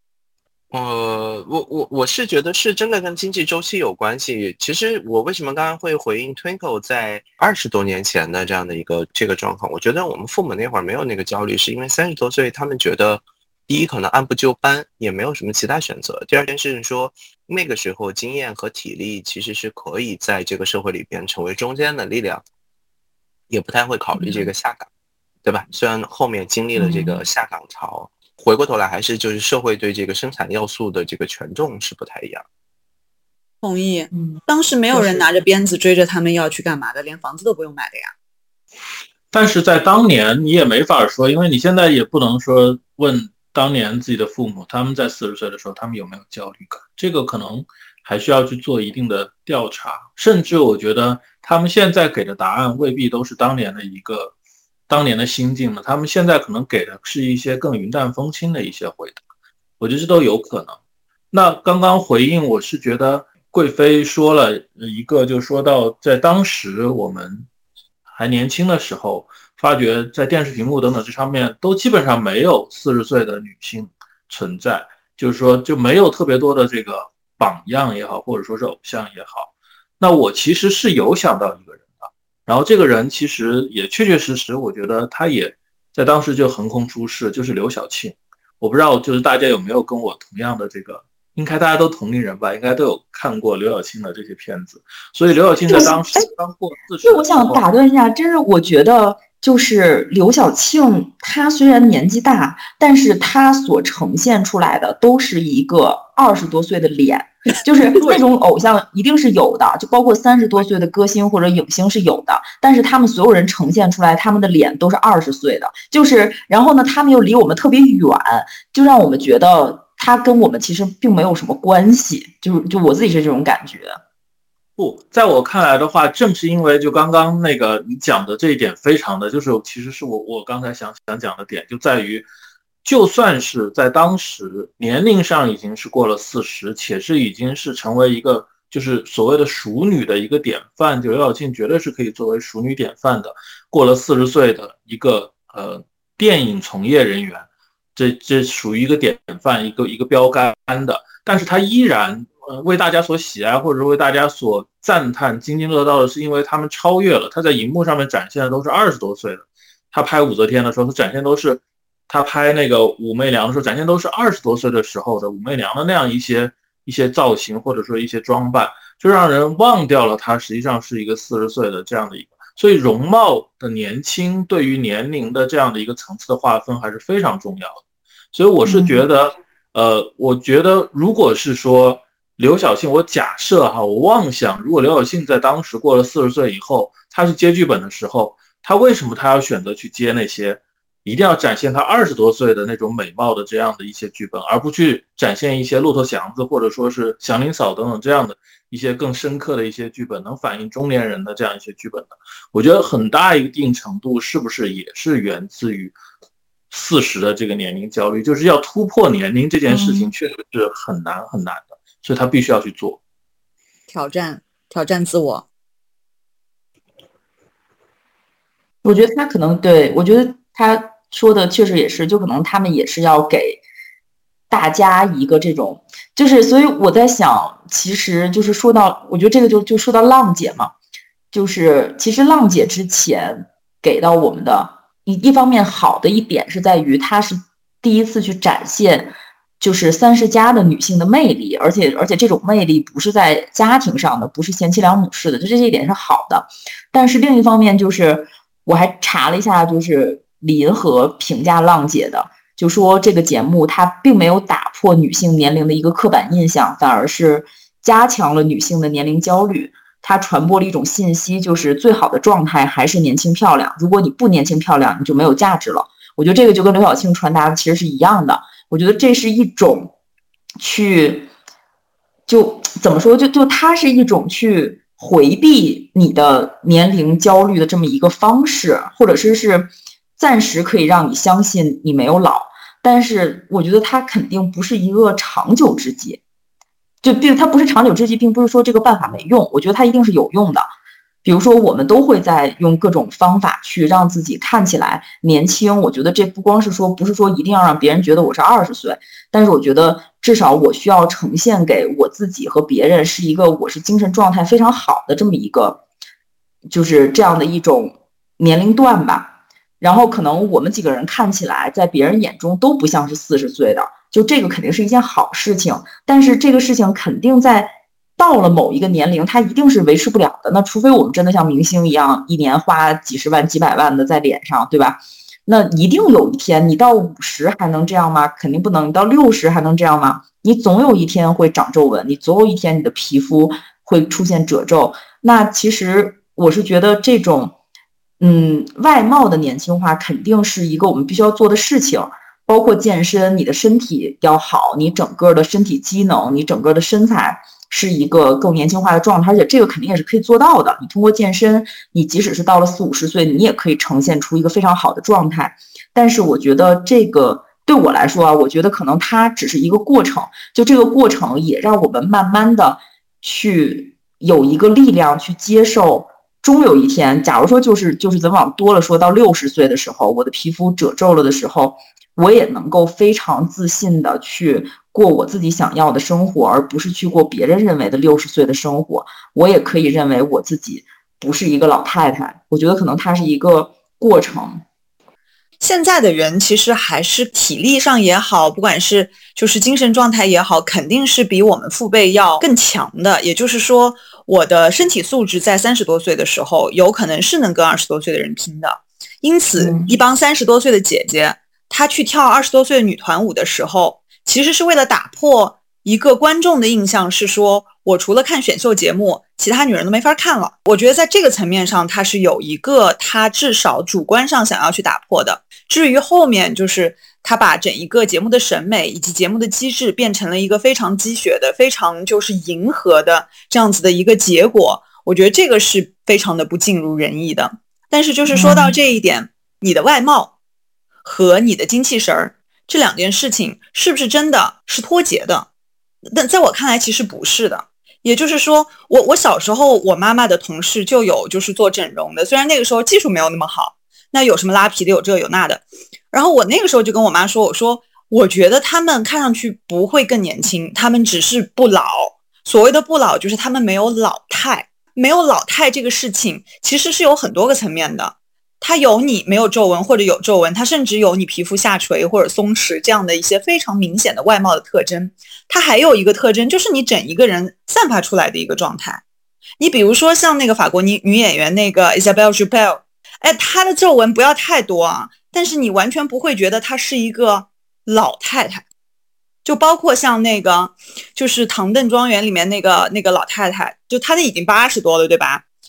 我是觉得是真的跟经济周期有关系。其实我为什么刚刚会回应 Twinkle 在20多年前的这样的一个这个状况，我觉得我们父母那会儿没有那个焦虑，是因为30多岁他们觉得，第一可能按部就班，也没有什么其他选择。第二件事情说，那个时候经验和体力其实是可以在这个社会里边成为中间的力量，也不太会考虑这个下岗，对吧？虽然后面经历了这个下岗潮，回过头来还是就是社会对这个生产要素的这个权重是不太一样。 同意。当时没有人拿着鞭子追着他们要去干嘛的，连房子都不用买的呀。 但是在当年你也没法说，因为你现在也不能说问当年自己的父母，他们在40岁的时候他们有没有焦虑感，这个可能还需要去做一定的调查，甚至我觉得他们现在给的答案未必都是当年的心境呢，他们现在可能给的是一些更云淡风轻的一些回答，我觉得这都有可能。那刚刚回应，我是觉得贵妃说了一个，就说到在当时我们还年轻的时候，发觉在电视屏幕等等这上面都基本上没有40岁的女性存在，就是说就没有特别多的这个榜样也好，或者说是偶像也好。那我其实是有想到一个人的，然后这个人其实也确确实实，我觉得他也在当时就横空出世，就是刘晓庆。我不知道就是大家有没有跟我同样的这个，应该大家都同龄人吧，应该都有看过刘晓庆的这些片子。所以刘晓庆在当时刚过40， 所以我想打断一下，真是我觉得就是刘晓庆，她虽然年纪大，但是她所呈现出来的都是一个20多岁的脸，就是那种偶像一定是有的，就包括30多岁的歌星或者影星是有的，但是他们所有人呈现出来，他们的脸都是20岁的，就是然后呢，他们又离我们特别远，就让我们觉得他跟我们其实并没有什么关系，就我自己是这种感觉。 不，在我看来的话，正是因为就刚刚那个你讲的这一点非常的，就是其实是我刚才想讲的点，就在于就算是在当时年龄上已经是过了40，且是已经是成为一个就是所谓的熟女的一个典范，就刘晓庆绝对是可以作为熟女典范的，过了40岁的一个电影从业人员，这属于一个典范，一个标杆的，但是她依然为大家所喜爱，或者为大家所赞叹、津津乐道的是，因为他们超越了他在荧幕上面展现的都是20多岁的。他拍武则天的时候，他展现都是他拍那个武媚娘的时候，展现都是20多岁的时候的武媚娘的那样一些造型，或者说一些装扮，就让人忘掉了他实际上是一个40岁的这样的一个。所以容貌的年轻对于年龄的这样的一个层次的划分还是非常重要的。所以我是觉得，我觉得如果是说刘晓庆，我假设哈，我妄想，如果刘晓庆在当时过了40岁以后，他是接剧本的时候，他为什么他要选择去接那些一定要展现她20多岁的那种美貌的这样的一些剧本，而不去展现一些骆驼祥子或者说是祥林嫂等等这样的一些更深刻的一些剧本，能反映中年人的这样一些剧本的。我觉得很大一定程度是不是也是源自于40的这个年龄焦虑，就是要突破年龄这件事情确实是很难很难的，所以他必须要去做挑战自我。 我觉得他可能对，我觉得他说的确实也是，就可能他们也是要给大家一个这种，就是所以我在想，其实就是说到，我觉得这个就说到浪姐嘛，就是其实浪姐之前给到我们的一方面好的一点是在于，她是第一次去展现就是30+的女性的魅力，而且这种魅力不是在家庭上的，不是贤妻良母式的，就这一点是好的。但是另一方面就是我还查了一下，就是李银河评价浪姐的，就说这个节目它并没有打破女性年龄的一个刻板印象，反而是加强了女性的年龄焦虑。它传播了一种信息，就是最好的状态还是年轻漂亮。如果你不年轻漂亮，你就没有价值了。我觉得这个就跟刘晓庆传达的其实是一样的。我觉得这是一种就怎么说，就它是一种去回避你的年龄焦虑的这么一个方式，或者是暂时可以让你相信你没有老，但是我觉得它肯定不是一个长久之计。它不是长久之计，并不是说这个办法没用，我觉得它一定是有用的。比如说，我们都会在用各种方法去让自己看起来年轻。我觉得这不光是说，不是说一定要让别人觉得我是20岁，但是我觉得至少我需要呈现给我自己和别人是一个我是精神状态非常好的这么一个，就是这样的一种年龄段吧。然后可能我们几个人看起来在别人眼中都不像是40岁的，就这个肯定是一件好事情，但是这个事情肯定在到了某一个年龄，它一定是维持不了的。那除非我们真的像明星一样，一年花几十万、几百万的在脸上，对吧？那一定有一天，你到50还能这样吗？肯定不能。你到60还能这样吗？你总有一天会长皱纹，你总有一天你的皮肤会出现褶皱。那其实我是觉得这种外貌的年轻化肯定是一个我们必须要做的事情，包括健身，你的身体要好，你整个的身体机能，你整个的身材是一个更年轻化的状态，而且这个肯定也是可以做到的。你通过健身，你即使是到了40、50岁，你也可以呈现出一个非常好的状态。但是我觉得这个对我来说啊，我觉得可能它只是一个过程，就这个过程也让我们慢慢的去有一个力量去接受。终有一天，假如说就是咱往多了说，到60岁的时候，我的皮肤褶皱了的时候，我也能够非常自信的去过我自己想要的生活，而不是去过别人认为的60岁的生活。我也可以认为我自己不是一个老太太。我觉得可能它是一个过程。 现在的人其实还是体力上也好，不管是就是精神状态也好，肯定是比我们父辈要更强的。也就是说，我的身体素质在30多岁的时候，有可能是能跟20多岁的人拼的。因此，一帮30多岁的姐姐，她去跳20多岁的女团舞的时候，其实是为了打破一个观众的印象，是说我除了看选秀节目，其他女人都没法看了。我觉得在这个层面上，她是有一个她至少主观上想要去打破的。至于后面就是他把整一个节目的审美以及节目的机制变成了一个非常鸡血的、非常就是迎合的这样子的一个结果，我觉得这个是非常的不尽如人意的。但是就是说到这一点，你的外貌和你的精气神儿这两件事情是不是真的是脱节的？但在我看来其实不是的。也就是说，我小时候我妈妈的同事就有就是做整容的，虽然那个时候技术没有那么好，那有什么拉皮的，有这有那的。然后我那个时候就跟我妈说，我觉得他们看上去不会更年轻，他们只是不老。所谓的不老，就是他们没有老态。没有老态这个事情其实是有很多个层面的，它有你没有皱纹或者有皱纹，它甚至有你皮肤下垂或者松弛这样的一些非常明显的外貌的特征。它还有一个特征，就是你整一个人散发出来的一个状态。你比如说像那个法国女演员那个 Isabelle Huppert，她的皱纹不要太多啊，但是你完全不会觉得她是一个老太太。就包括像那个就是唐顿庄园里面那个老太太，就她已经80多了，对吧？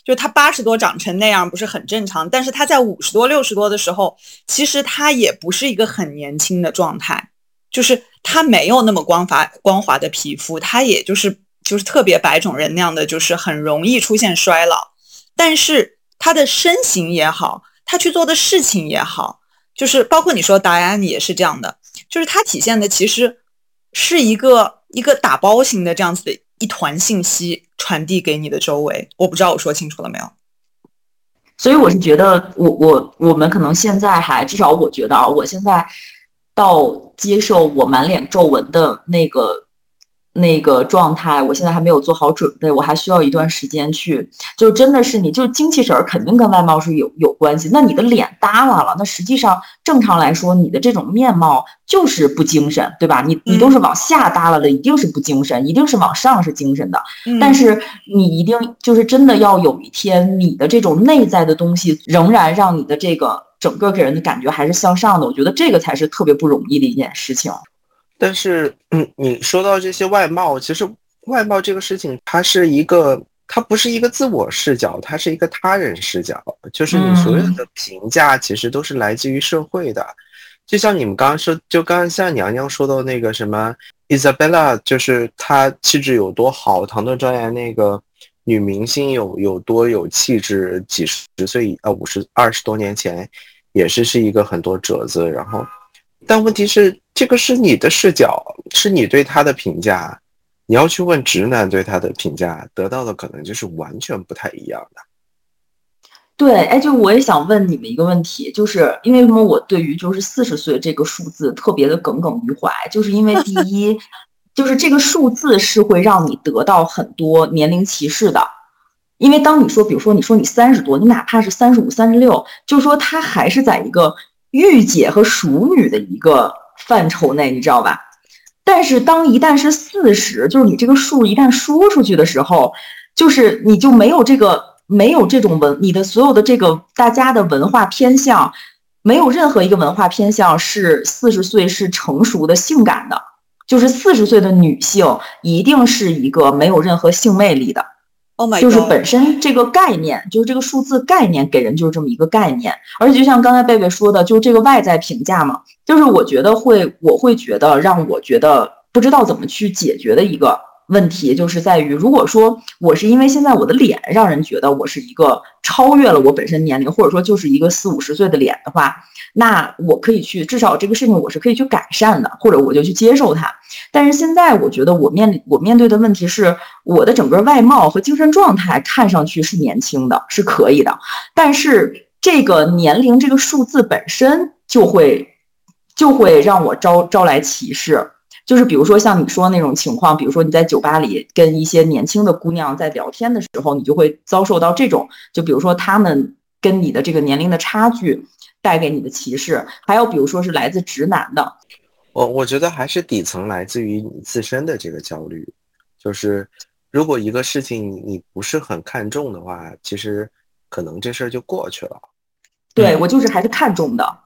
就他80多长成那样不是很正常，但是他在50多60多的时候，其实他也不是一个很年轻的状态，就是他没有那么光滑的皮肤，他也就是特别白种人那样的，就是很容易出现衰老。但是他的身形也好，他去做的事情也好，就是包括你说达安也是这样的，就是他体现的其实是一个打包型的这样子的一团信息传递给你的周围。我不知道我说清楚了没有。 所以我是觉得我们可能现在还，至少我觉得啊，我现在到接受我满脸皱纹的那个状态，我现在还没有做好准备，我还需要一段时间去，就真的是你就是精气神肯定跟外貌是有关系。那你的脸耷拉了，那实际上正常来说，你的这种面貌就是不精神，对吧？你都是往下耷拉的，一定是不精神，一定是往上是精神的。但是你一定就是真的要有一天，你的这种内在的东西仍然让你的这个整个给人的感觉还是向上的，我觉得这个才是特别不容易的一件事情。 但是，你说到这些外貌，其实外貌这个事情，它不是一个自我视角，它是一个他人视角。就是你所有的评价，其实都是来自于社会的。就像你们刚刚说，就刚刚像娘娘说到那个什么 Isabella， 就是她气质有多好，唐顿庄园那个女明星有多有气质，几十岁20多年前也是一个很多褶子，然后。但问题是，这个是你的视角，是你对他的评价。你要去问直男对他的评价，得到的可能就是完全不太一样的。 对，就我也想问你们一个问题，就是因为什么我对于就是40岁这个数字特别的耿耿于怀，就是因为第一，就是这个数字是会让你得到很多年龄歧视的。因为当你说，比如说你30多，你哪怕是35、36，就是说他还是在一个御姐和淑女的一个范畴内，你知道吧？但是一旦是40，就是你这个数一旦说出去的时候，就是你就没有这种你的所有的这个大家的文化偏向，没有任何一个文化偏向是40岁是成熟的性感的，就是40岁的女性一定是一个没有任何性魅力的。就是本身这个概念，就是这个数字概念给人就是这么一个概念。而且就像刚才贝贝说的，就是这个外在评价嘛，就是我会觉得让我觉得不知道怎么去解决的一个问题，就是在于如果说我是因为现在我的脸让人觉得我是一个超越了我本身年龄，或者说就是一个40、50岁的脸的话，那我可以去，至少这个事情我是可以去改善的，或者我就去接受它。但是现在我觉得我面对的问题是，我的整个外貌和精神状态看上去是年轻的，是可以的，但是这个年龄这个数字本身就会让我招来歧视。就是比如说像你说那种情况，比如说你在酒吧里跟一些年轻的姑娘在聊天的时候，你就会遭受到这种，就比如说他们跟你的这个年龄的差距带给你的歧视，还有比如说是来自直男的。 我觉得还是底层来自于你自身的这个焦虑，就是如果一个事情你不是很看重的话，其实可能这事儿就过去了。 对，我就是还是看重的。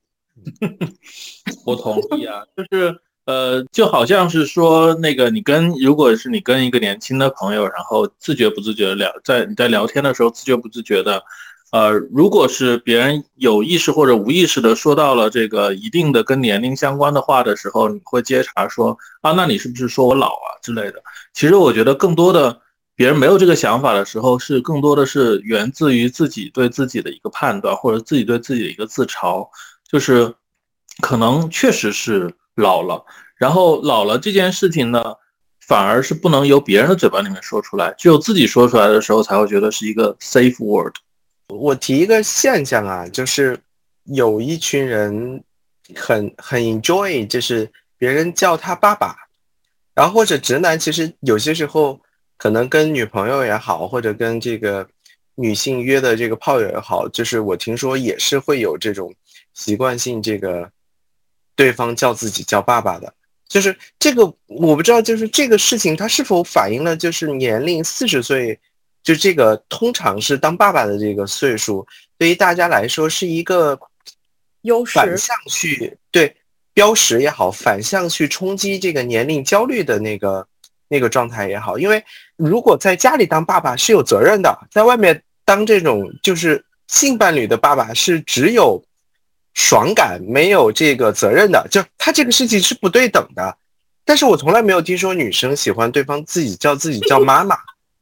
我同意啊，就是就好像是说那个如果是你跟一个年轻的朋友，然后自觉不自觉的你在聊天的时候自觉不自觉的如果是别人有意识或者无意识的说到了这个一定的跟年龄相关的话的时候，你会接茬说啊，那你是不是说我老啊之类的。其实我觉得更多的别人没有这个想法的时候，更多的是源自于自己对自己的一个判断，或者自己对自己的一个自嘲，就是可能确实是老了，然后老了这件事情呢，反而是不能由别人的嘴巴里面说出来，只有自己说出来的时候才会觉得是一个 safe word。 我提一个现象啊，就是有一群人很 enjoy， 就是别人叫他爸爸，然后或者直男，其实有些时候可能跟女朋友也好，或者跟这个女性约的这个炮友也好，就是我听说也是会有这种习惯性这个对方叫自己叫爸爸的。就是这个我不知道，就是这个事情它是否反映了就是年龄40岁就这个通常是当爸爸的这个岁数，对于大家来说是一个优势， 反向去对标识也好，反向去冲击这个年龄焦虑的那个状态也好。因为如果在家里当爸爸是有责任的，在外面当这种就是性伴侣的爸爸是只有爽感没有这个责任的，就他这个事情是不对等的。但是我从来没有听说女生喜欢对方自己叫妈妈。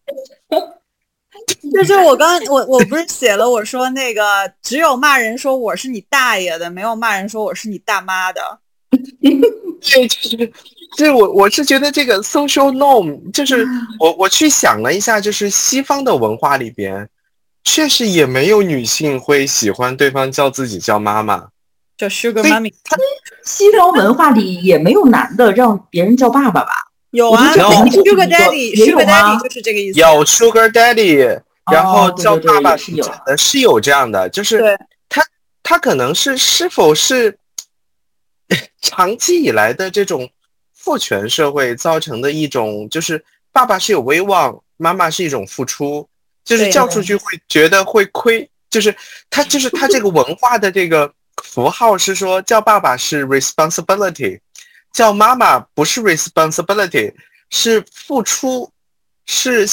就是我不是写了，我说那个只有骂人说我是你大爷的，没有骂人说我是你大妈的。 对，就是我是觉得这个 social norm， 就是我去想了一下，就是西方的文化里边，确实也没有女性会喜欢对方叫自己叫妈妈， 叫 Sugar Mommy。 西方文化里也没有男的让别人叫爸爸吧？ 有啊，Sugar Daddy 就是这个意思。 有 Sugar Daddy， 然后叫爸爸是有这样的，就是他可能是否是长期以来的这种父权社会造成的一种，就是爸爸是有威望，妈妈是一种付出，就是叫出去会觉得会亏，就是他这个文化的这个符号是说叫爸爸是 responsibility， 叫妈妈不是 responsibility， 是付出，是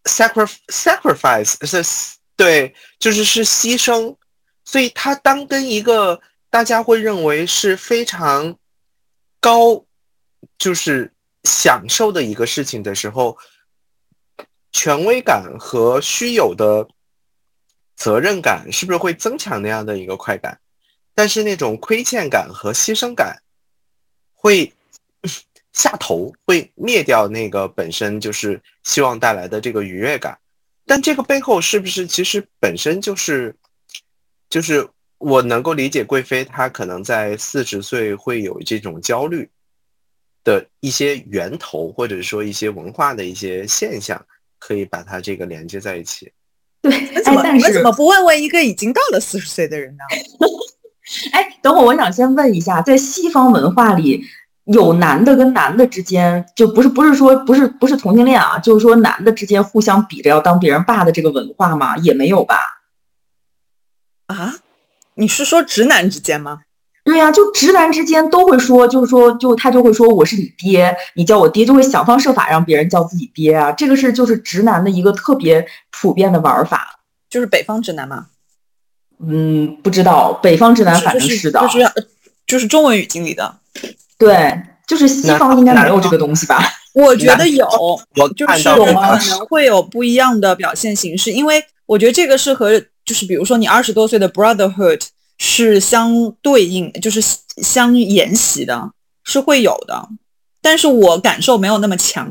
sacrifice， 是对，就是牺牲。所以他当跟一个大家会认为是非常高就是享受的一个事情的时候，权威感和虚有的责任感是不是会增强那样的一个快感？但是那种亏欠感和牺牲感会下头，会灭掉那个本身就是希望带来的这个愉悦感。但这个背后是不是其实本身就是我能够理解贵妃她可能在40岁会有这种焦虑的一些源头，或者说一些文化的一些现象，可以把它这个连接在一起。 对，但是怎么不问问一个已经到了40岁的人呢？ 等会儿我想先问一下，在西方文化里，有男的跟男的之间，就不是同性恋啊，就是说男的之间互相比着要当别人爸的这个文化吗？也没有吧？ 啊？你是说直男之间吗？ 对呀，就直男之间都会说，他就会说我是你爹，你叫我爹，就会想方设法让别人叫自己爹啊。这个就是直男的一个特别普遍的玩法。 就是北方直男吗？ 不知道，北方直男反正是的， 就是中文语境里的。 对，就是西方应该没有这个东西吧？ 我觉得有，就是可有吗？ 能会有不一样的表现形式，因为我觉得这个是和就是比如说你20多岁的 brotherhood 是相对应，就是相沿袭的，是会有的，但是我感受没有那么强。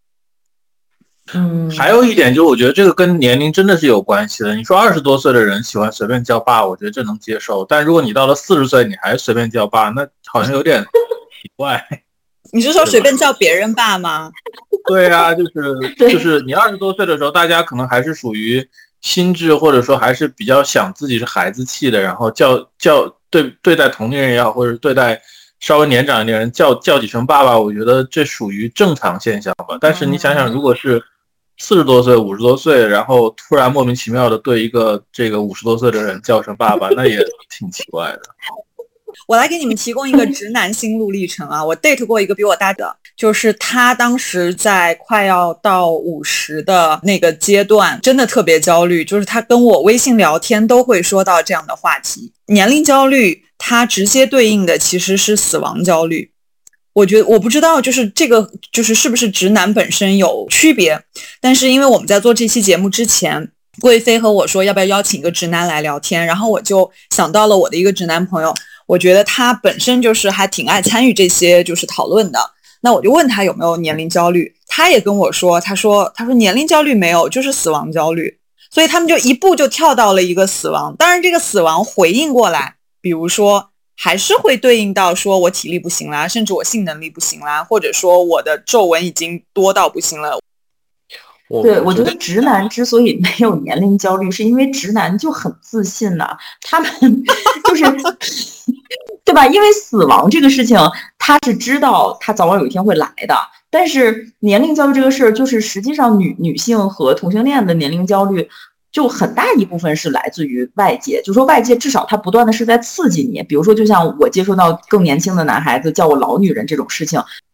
还有一点就是我觉得这个跟年龄真的是有关系的。你说20多岁的人喜欢随便叫爸，我觉得这能接受，但如果你到了40岁你还随便叫爸，那好像有点奇怪。 你是说随便叫别人爸吗？ 对啊，就是你20多岁的时候，大家可能还是属于心智，或者说还是比较想自己是孩子气的，然后对待同龄人也好，或者对待稍微年长一点人叫几声爸爸，我觉得这属于正常现象吧。但是你想想，如果是40多岁、50多岁，然后突然莫名其妙的对一个这个50多岁的人叫声爸爸，那也挺奇怪的。 我来给你们提供一个直男心路历程啊！我 date 过一个比我大的，就是他当时在快要到50的那个阶段，真的特别焦虑，就是他跟我微信聊天都会说到这样的话题。年龄焦虑，它直接对应的其实是死亡焦虑。我不知道，就是这个是不是直男本身有区别，但是因为我们在做这期节目之前，贵妃和我说要不要邀请一个直男来聊天，然后我就想到了我的一个直男朋友，我觉得他本身就是还挺爱参与这些就是讨论的，那我就问他有没有年龄焦虑，他也跟我说，他说年龄焦虑没有，就是死亡焦虑，所以他们就一步就跳到了一个死亡。当然这个死亡回应过来，比如说还是会对应到说我体力不行啦，甚至我性能力不行啦，或者说我的皱纹已经多到不行了。 对，我觉得直男之所以没有年龄焦虑，是因为直男就很自信呐，他们就是对吧？因为死亡这个事情，他是知道他早晚有一天会来的。但是年龄焦虑这个事儿，就是实际上女性和同性恋的年龄焦虑，就很大一部分是来自于外界，就是说外界至少它不断的是在刺激你。比如说，就像我接触到更年轻的男孩子叫我老女人这种事情，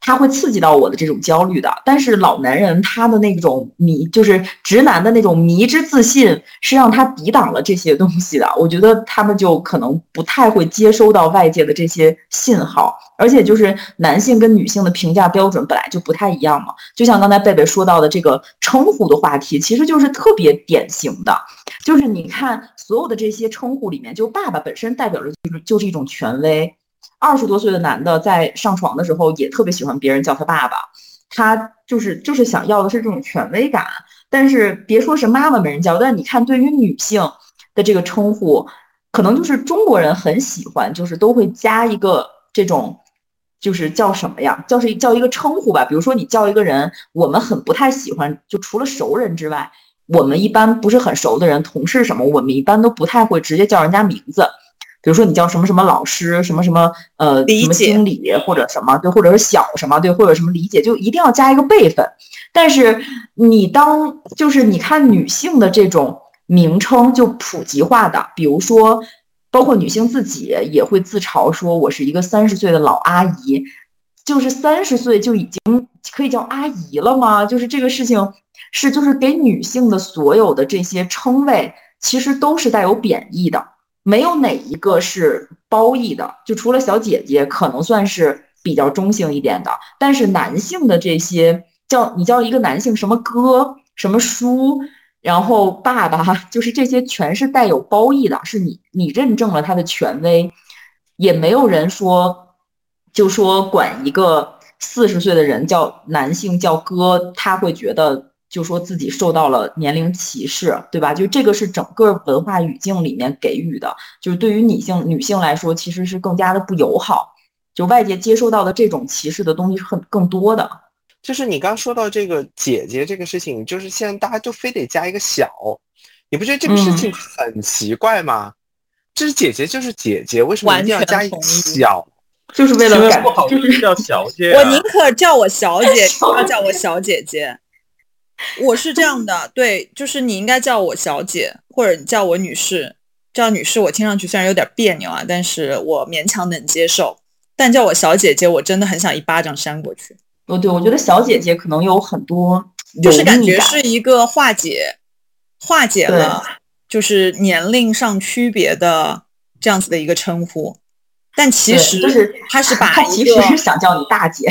他会刺激到我的这种焦虑的。但是老男人他的那种就是直男的那种迷之自信，是让他抵挡了这些东西的。我觉得他们就可能不太会接收到外界的这些信号，而且就是男性跟女性的评价标准本来就不太一样嘛。就像刚才贝贝说到的这个称呼的话题，其实就是特别典型的，就是你看所有的这些称呼里面，就爸爸本身代表着就是一种权威。20多岁的男的在上床的时候也特别喜欢别人叫他爸爸，他就是想要的是这种权威感。但是别说是妈妈没人叫，但你看对于女性的这个称呼，可能就是中国人很喜欢，就是都会加一个这种，就是叫什么呀？叫一个称呼吧。比如说你叫一个人，我们很不太喜欢，就除了熟人之外，我们一般不是很熟的人，同事什么，我们一般都不太会直接叫人家名字。比如说你叫什么什么老师，什么什么什么经理或者什么，对，或者是小什么，对，或者什么理解，就一定要加一个辈分。但是就是你看女性的这种名称就普及化的，比如说包括女性自己也会自嘲说我是一个30岁的老阿姨，就是30岁就已经可以叫阿姨了吗？就是这个事情就是给女性的所有的这些称谓其实都是带有贬义的，没有哪一个是褒义的，就除了小姐姐可能算是比较中性一点的，但是男性的这些你叫一个男性什么哥什么叔，然后爸爸，就是这些全是带有褒义的，是你认证了他的权威。也没有人说管一个40岁的人叫男性叫哥，他会觉得就说自己受到了年龄歧视，对吧？就这个是整个文化语境里面给予的，就是对于女性来说其实是更加的不友好，就外界接收到的这种歧视的东西是更多的。 就是你刚说到这个姐姐这个事情，就是现在大家就非得加一个小，你不觉得这个事情很奇怪吗？这是姐姐就是姐姐，为什么一定要加一个小？ 就是为了不好意思叫小姐我宁可叫我小姐，不要叫我小姐姐。我是这样的，对，就是你应该叫我小姐，或者叫我女士。叫女士我听上去虽然有点别扭啊，但是我勉强能接受。但叫我小姐姐，我真的很想一巴掌扇过去。 对，我觉得小姐姐可能有很多就是感觉是一个化解了就是年龄上区别的这样子的一个称呼，但其实就是他是把他其实是想叫你大姐。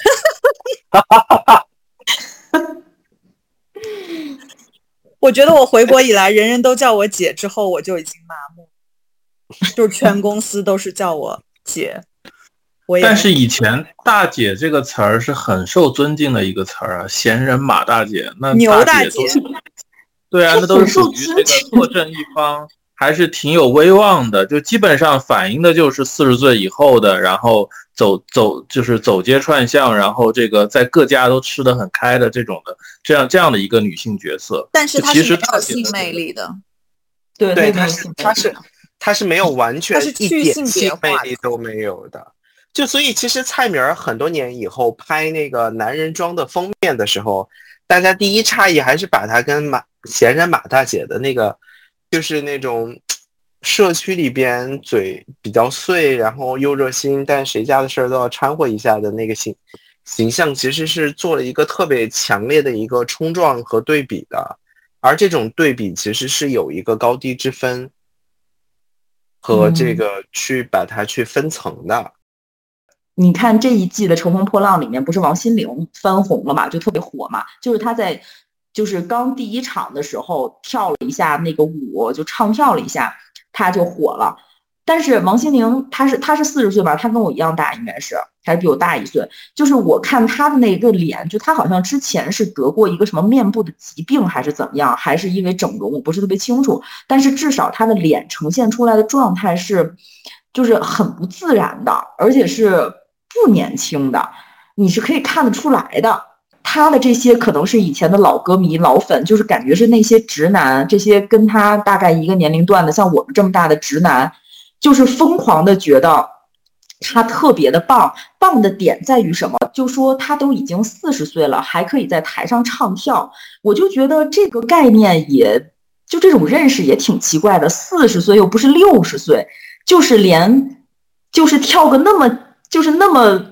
我觉得我回国以来人人都叫我姐之后，我就已经麻木，就是全公司都是叫我姐。 但是以前大姐这个词儿是很受尊敬的一个词儿啊，闲人马大姐，那牛大姐， 对啊，那都是属于这个坐镇一方，还是挺有威望的，就基本上反映的就是40岁以后的，然后就是走街串巷，然后这个在各家都吃得很开的这种的这样的一个女性角色。 但是她是没有性魅力的， 对， 她是没有完全一点性魅力都没有的。就所以其实蔡明很多年以后拍那个男人装的封面的时候，大家第一诧异还是把他跟闲人马大姐的那个就是那种社区里边嘴比较碎，然后又热心，但谁家的事都要掺和一下的那个形象，其实是做了一个特别强烈的一个冲撞和对比的。而这种对比其实是有一个高低之分和这个去把它去分层的。 你看这一季的《乘风破浪》里面，不是王心凌翻红了嘛，就特别火嘛。就是她在就是刚第一场的时候跳了一下那个舞，就唱跳了一下，她就火了。但是王心凌她是40岁吧，她跟我一样大，应该是还是比我大1岁。就是我看她的那个脸，就她好像之前是得过一个什么面部的疾病还是怎么样，还是因为整容，我不是特别清楚。但是至少她的脸呈现出来的状态是就是很不自然的，而且是不年轻的，你是可以看得出来的。他的这些可能是以前的老歌迷老粉，就是感觉是那些直男，这些跟他大概一个年龄段的像我们这么大的直男，就是疯狂的觉得他特别的棒。棒的点在于什么？就说他都已经40岁了，还可以在台上唱跳。我就觉得这个概念也就这种认识也挺奇怪的。40岁又不是60岁，就是跳个那么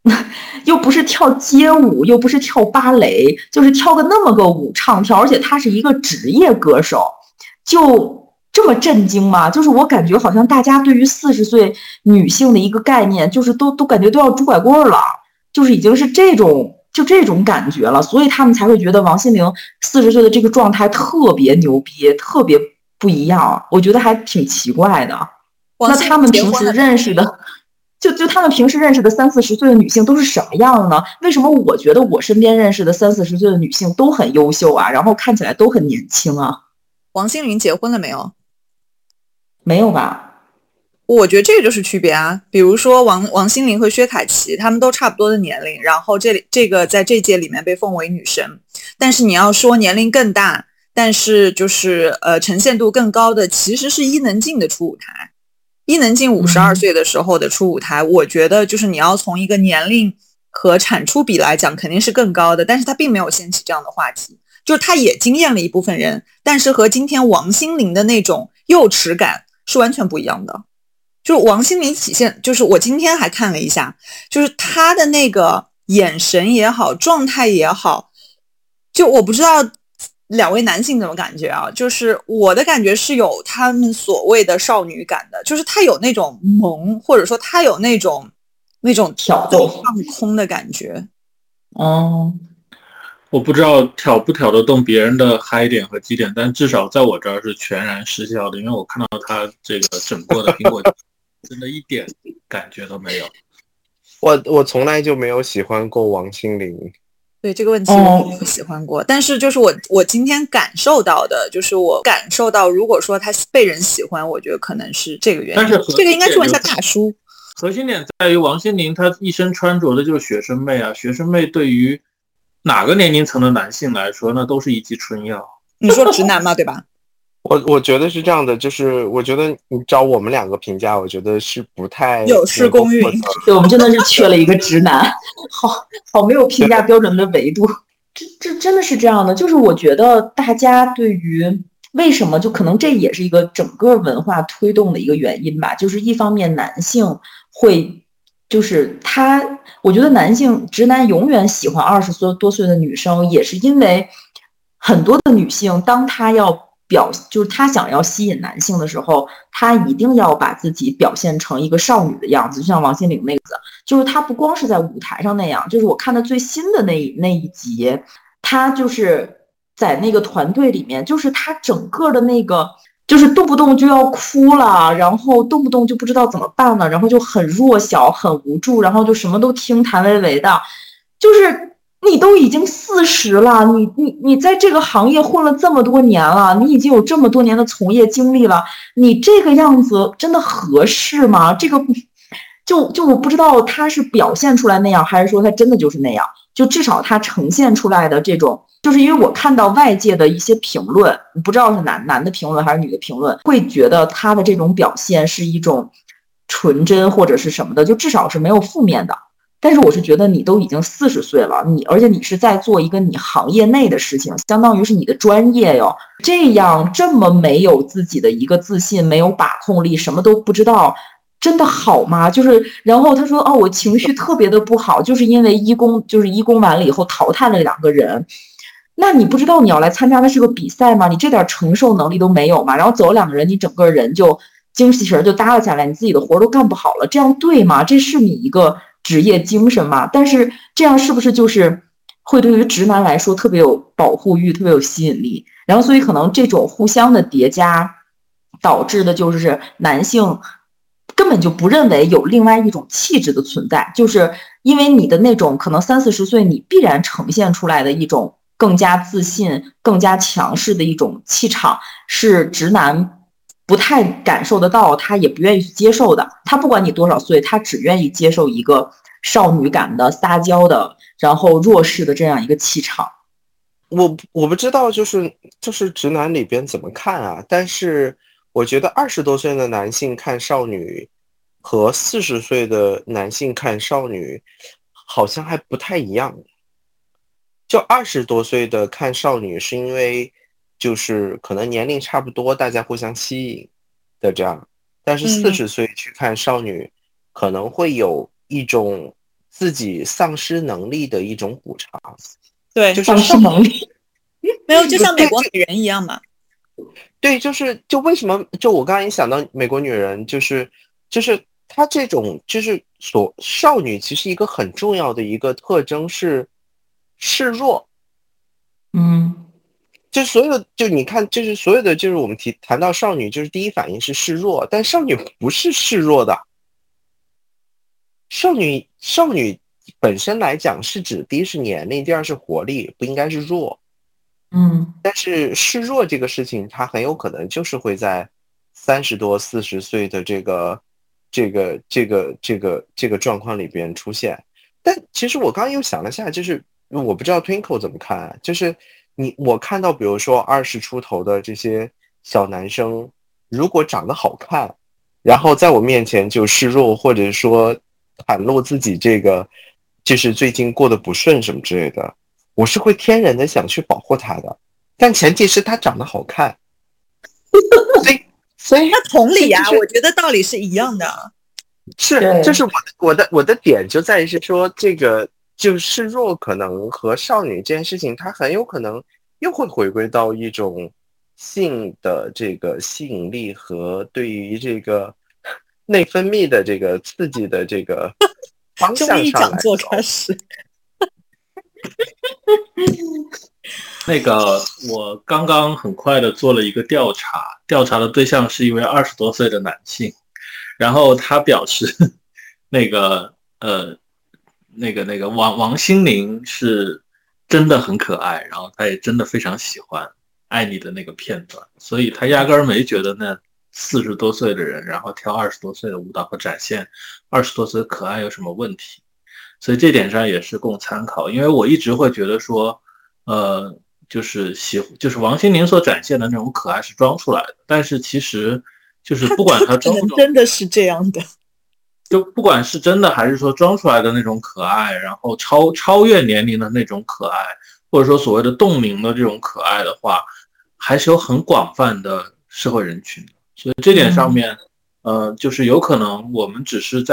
又不是跳街舞，又不是跳芭蕾，就是跳个那么个舞唱跳，而且他是一个职业歌手，就这么震惊吗？就是我感觉好像大家对于40岁女性的一个概念，就是都感觉都要拄拐棍了，就是已经是这种感觉了，所以他们才会觉得王心凌40岁的这个状态特别牛逼，特别不一样，我觉得还挺奇怪的。那他们平时认识的，就他们平时认识的30-40岁的女性都是什么样的呢？为什么我觉得我身边认识的30-40岁的女性都很优秀啊，然后看起来都很年轻啊？ 王心凌结婚了没有？ 没有吧？ 我觉得这个就是区别啊。比如说王心凌和薛凯琪，他们都差不多的年龄，然后这个在这届里面被奉为女神。但是你要说年龄更大，但是就是呈现度更高的，其实是伊能静的初舞台。伊能静52岁的时候的初舞台，我觉得就是你要从一个年龄和产出比来讲，肯定是更高的，但是他并没有掀起这样的话题，就是他也惊艳了一部分人，但是和今天王心凌的那种幼齿感是完全不一样的。就是王心凌体现，就是我今天还看了一下，就是她的那个眼神也好，状态也好，就我不知道两位男性怎么感觉啊？就是我的感觉是有他们所谓的少女感的，就是她有那种萌，或者说她有那种挑逗放空的感觉。 我不知道挑不挑得动别人的嗨点和基点，但至少在我这儿是全然失效的，因为我看到他这个整过的苹果真的一点感觉都没有。 我从来就没有喜欢过王心凌。 对这个问题我没有喜欢过，但是就是我今天感受到的，就是我感受到，如果说他被人喜欢，我觉得可能是这个原因。 但是这个应该去问一下大叔。 核心点在于王心凌她一身穿着的就是学生妹啊，学生妹对于哪个年龄层的男性来说，那都是一剂春药。 你说直男嘛，对吧？ 我觉得是这样的，就是我觉得你找我们两个评价，我觉得是不太有失公允。 对，我们真的是缺了一个直男，好没有评价标准的维度。这真的是这样的，就是我觉得大家对于为什么，就可能这也是一个整个文化推动的一个原因吧。就是一方面男性会，就是我觉得直男永远喜欢20多岁的女生，也是因为很多的女性，当她就是她想要吸引男性的时候，她一定要把自己表现成一个少女的样子，就像王心凌那个，就是她不光是在舞台上那样，就是我看的最新的那一集，她就是在那个团队里面，就是她整个的那个，就是动不动就要哭了，然后动不动就不知道怎么办了，然后就很弱小、很无助，然后就什么都听谭维维的，就是。你都已经40了，你在这个行业混了这么多年了，你已经有这么多年的从业经历了，你这个样子真的合适吗？这个就我不知道他是表现出来那样，还是说他真的就是那样。就至少他呈现出来的这种，就是因为我看到外界的一些评论，不知道是男的评论还是女的评论，会觉得他的这种表现是一种纯真或者是什么的，就至少是没有负面的。但是我是觉得你都已经40岁了，而且你是在做一个你行业内的事情，相当于是你的专业哟。这么没有自己的一个自信，没有把控力，什么都不知道，真的好吗？然后他说我情绪特别的不好，就是因为义工完了以后淘汰了2个人。那你不知道你要来参加的是个比赛吗？你这点承受能力都没有吗？然后走了2个人，你整个人就精气神就耷拉下来，你自己的活都干不好了，这样对吗？这是你一个职业精神嘛？但是这样是不是就是会对于直男来说特别有保护欲，特别有吸引力？然后所以可能这种互相的叠加导致的就是男性根本就不认为有另外一种气质的存在，就是因为你的那种可能30-40岁你必然呈现出来的一种更加自信、更加强势的一种气场，是直男不太感受得到，他也不愿意去接受的。他不管你多少岁，他只愿意接受一个少女感的、撒娇的，然后弱势的这样一个气场。 我不知道，就是直男里边怎么看啊？但是我觉得20多岁的男性看少女和40岁的男性看少女好像还不太一样。就20多岁的看少女是因为就是可能年龄差不多，大家互相吸引的这样，但是40岁去看少女，可能会有一种自己丧失能力的一种补偿。 对， 就是丧失能力。 没有，就像美国女人一样嘛。 对，就为什么就我刚才也想到美国女人，就是她这种就是少女，其实一个很重要的一个特征是示弱。就所有就你看，就是所有的就是我们谈到少女，就是第一反应是示弱，但少女不是示弱的。少女本身来讲是指第一是年龄，第二是活力，不应该是弱。但是示弱这个事情，它很有可能就是会在30多、40岁的这个状况里边出现。但其实我刚刚又想了下，就是我不知道 Twinkle 怎么看，就是我看到比如说20出头的这些小男生，如果长得好看，然后在我面前就示弱，或者说袒露自己这个就是最近过得不顺什么之类的，我是会天然的想去保护他的，但前提是他长得好看。所以那同理啊，我觉得道理是一样的。 就是我的点就在于是说，这个就示弱可能和少女这件事情，它很有可能又会回归到一种性的这个吸引力和对于这个内分泌的这个刺激的这个方向上来。 中医讲座开始。 那个，我刚刚很快的做了一个调查，调查的对象是一位20多岁的男性，然后他表示，那个王心凌是真的很可爱，然后他也真的非常喜欢《爱你》的那个片段，所以他压根儿没觉得那40多岁的人，然后跳20多岁的舞蹈和展现20多岁的可爱有什么问题，所以这点上也是供参考。因为我一直会觉得说，就是王心凌所展现的那种可爱是装出来的，但是其实就是不管他装不装， 真的是这样的， 就不管是真的还是说装出来的那种可爱，然后超越年龄的那种可爱，或者说所谓的冻龄的这种可爱的话，还是有很广泛的社会人群的。所以这点上面，就是有可能我们只是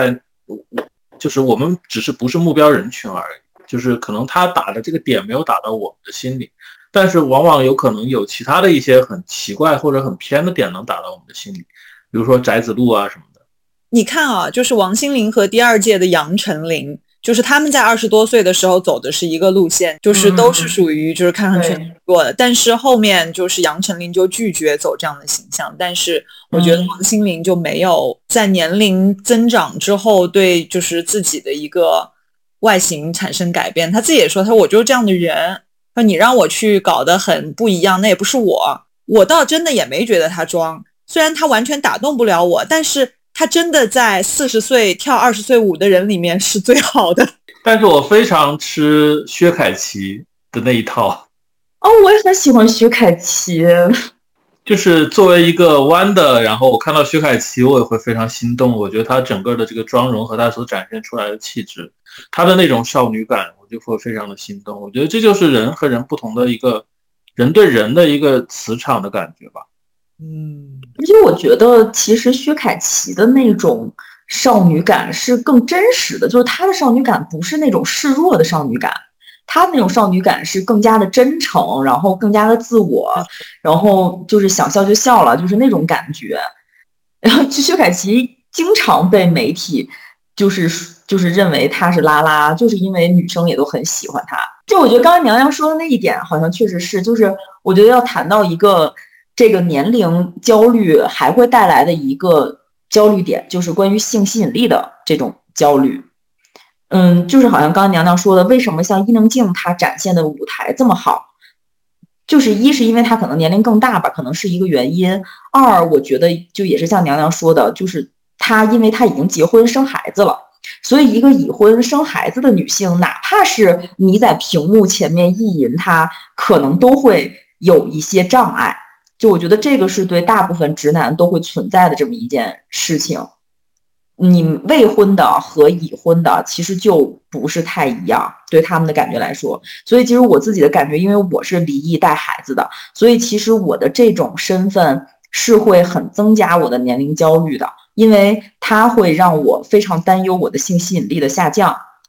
不是目标人群而已，就是可能他打的这个点没有打到我们的心里，但是往往有可能有其他的一些很奇怪或者很偏的点能打到我们的心里，比如说翟子路啊什么的。 你看啊，就是王心凌和第二届的杨丞琳，就是他们在20多岁的时候走的是一个路线，就是都是属于就是看上去弱的，但是后面就是杨丞琳就拒绝走这样的形象，但是我觉得王心凌就没有在年龄增长之后对就是自己的一个外形产生改变，他自己也说，他说我就是这样的人，说你让我去搞得很不一样，那也不是我倒真的也没觉得他装，虽然他完全打动不了我，但是他真的在40岁跳20岁舞的人里面是最好的。 但是我非常吃薛凯琪的那一套。 哦，我也很喜欢薛凯琪。 就是作为一个弯的，然后我看到薛凯琪，我也会非常心动。我觉得她整个的这个妆容和她所展现出来的气质，她的那种少女感，我就会非常的心动。我觉得这就是人和人不同的一个人对人的一个磁场的感觉吧。 而且我觉得其实薛凯琪的那种少女感是更真实的，就是她的少女感不是那种示弱的少女感，她那种少女感是更加的真诚，然后更加的自我，然后就是想笑就笑了，就是那种感觉。然后薛凯琪经常被媒体就是认为她是拉拉，就是因为女生也都很喜欢她。就我觉得刚才娘娘说的那一点好像确实是，就是我觉得要谈到一个这个年龄焦虑还会带来的一个焦虑点，就是关于性吸引力的这种焦虑。就是好像刚刚娘娘说的，为什么像伊能静她展现的舞台这么好，就是一是因为她可能年龄更大吧，可能是一个原因。二，我觉得就也是像娘娘说的，就是她因为她已经结婚生孩子了，所以一个已婚生孩子的女性，哪怕是你在屏幕前面意淫她，可能都会有一些障碍。就我觉得这个是对大部分直男都会存在的这么一件事情。你未婚的和已婚的其实就不是太一样，对他们的感觉来说。所以其实我自己的感觉，因为我是离异带孩子的，所以其实我的这种身份是会很增加我的年龄焦虑的，因为它会让我非常担忧我的性吸引力的下降。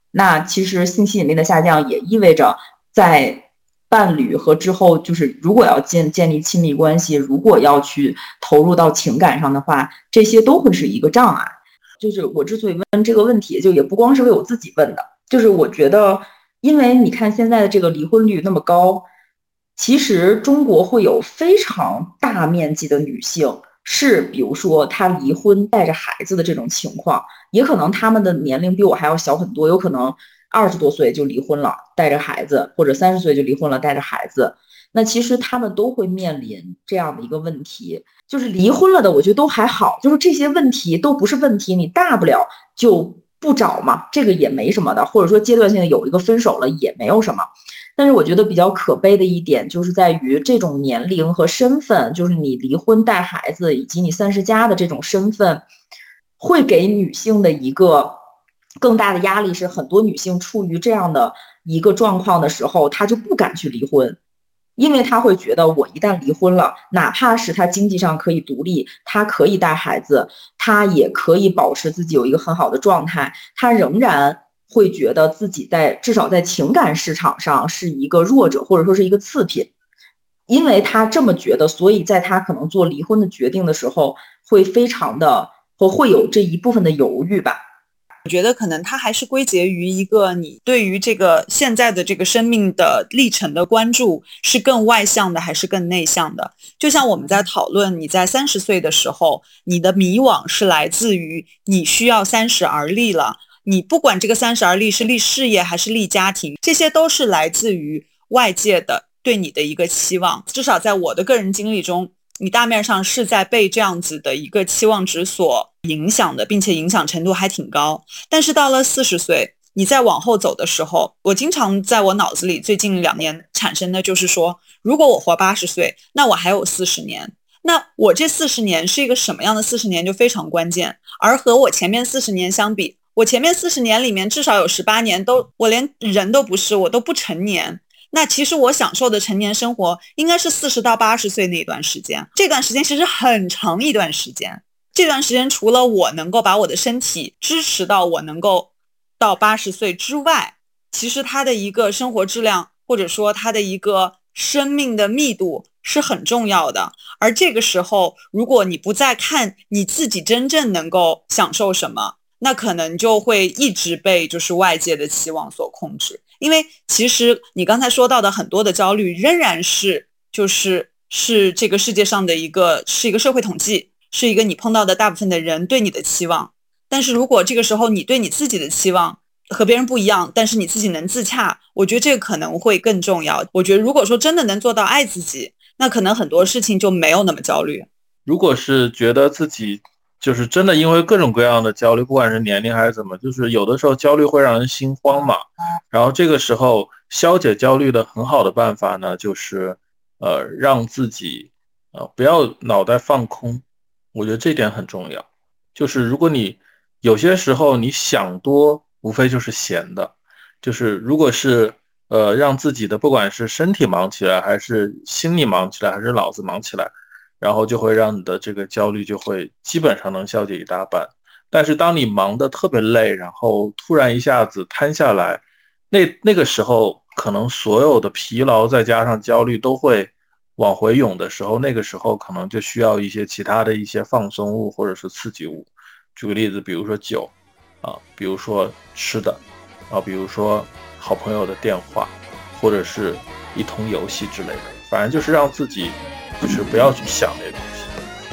那其实性吸引力的下降也意味着在伴侣和之后，就是如果要建立亲密关系，如果要去投入到情感上的话，这些都会是一个障碍。就是我之所以问这个问题，就也不光是为我自己问的，就是我觉得，因为你看现在的这个离婚率那么高，其实中国会有非常大面积的女性是，比如说她离婚带着孩子的这种情况，也可能她们的年龄比我还要小很多，有可能20多岁就离婚了带着孩子，或者30岁就离婚了带着孩子。那其实他们都会面临这样的一个问题，就是离婚了的我觉得都还好，就是这些问题都不是问题，你大不了就不找嘛，这个也没什么的，或者说阶段性的有一个分手了也没有什么。但是我觉得比较可悲的一点就是在于这种年龄和身份，就是你离婚带孩子以及你30+的这种身份，会给女性的一个更大的压力，是很多女性处于这样的一个状况的时候，她就不敢去离婚。因为他会觉得我一旦离婚了，哪怕是他经济上可以独立，他可以带孩子，他也可以保持自己有一个很好的状态，他仍然会觉得自己至少在情感市场上是一个弱者，或者说是一个次品。因为他这么觉得，所以在他可能做离婚的决定的时候，会非常的会有这一部分的犹豫吧。 我觉得可能它还是归结于一个你对于这个现在的这个生命的历程的关注是更外向的还是更内向的。就像我们在讨论你在30岁的时候，你的迷惘是来自于你需要30而立了，你不管这个30而立是立事业还是立家庭，这些都是来自于外界的对你的一个期望。至少在我的个人经历中，你大面上是在被这样子的一个期望值所影响的，并且影响程度还挺高。但是到了40岁，你再往后走的时候，我经常在我脑子里最近2年产生的就是说，如果我活80岁，那我还有40年。那我这40年是一个什么样的40年就非常关键。而和我前面40年相比，我前面40年里面至少有18年我连人都不是，我都不成年。那其实我享受的成年生活应该是40到80岁那段时间，这段时间其实很长一段时间。这段时间除了我能够把我的身体支持到我能够到80岁之外，其实它的一个生活质量或者说它的一个生命的密度是很重要的。而这个时候如果你不再看你自己真正能够享受什么，那可能就会一直被就是外界的期望所控制。因为其实你刚才说到的很多的焦虑仍然是这个世界上的一个社会统计，是一个你碰到的大部分的人对你的期望。但是如果这个时候你对你自己的期望和别人不一样，但是你自己能自洽，我觉得这个可能会更重要。我觉得如果说真的能做到爱自己，那可能很多事情就没有那么焦虑。 如果是觉得自己就是真的因为各种各样的焦虑，不管是年龄还是怎么，就是有的时候焦虑会让人心慌嘛。然后这个时候消解焦虑的很好的办法呢，就是让自己不要脑袋放空。我觉得这点很重要。就是如果你有些时候你想多，无非就是闲的。就是如果是让自己的不管是身体忙起来，还是心理忙起来，还是脑子忙起来，然后就会让你的这个焦虑就会基本上能消解一大半。但是当你忙得特别累，然后突然一下子瘫下来，那个时候可能所有的疲劳再加上焦虑都会往回涌的时候，那个时候可能就需要一些其他的一些放松物或者是刺激物。举个例子，比如说酒比如说吃的比如说好朋友的电话，或者是一通游戏之类的，反正就是让自己就是不要去想这些东西。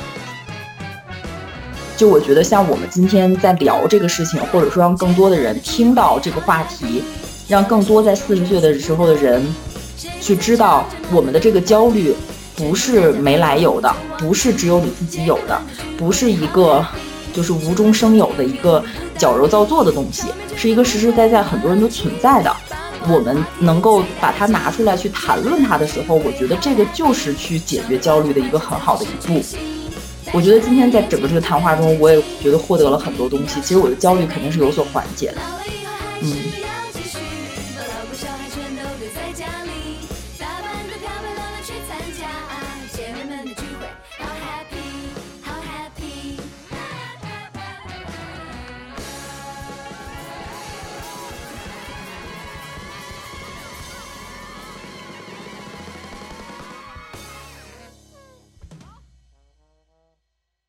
就我觉得像我们今天在聊这个事情，或者说让更多的人听到这个话题，让更多在40岁的时候的人去知道我们的这个焦虑不是没来由的，不是只有你自己有的，不是一个就是无中生有的一个矫揉造作的东西，是一个实实在在很多人都存在的。我们能够把它拿出来去谈论它的时候，我觉得这个就是去解决焦虑的一个很好的一步。我觉得今天在整个这个谈话中，我也觉得获得了很多东西。其实我的焦虑肯定是有所缓解的。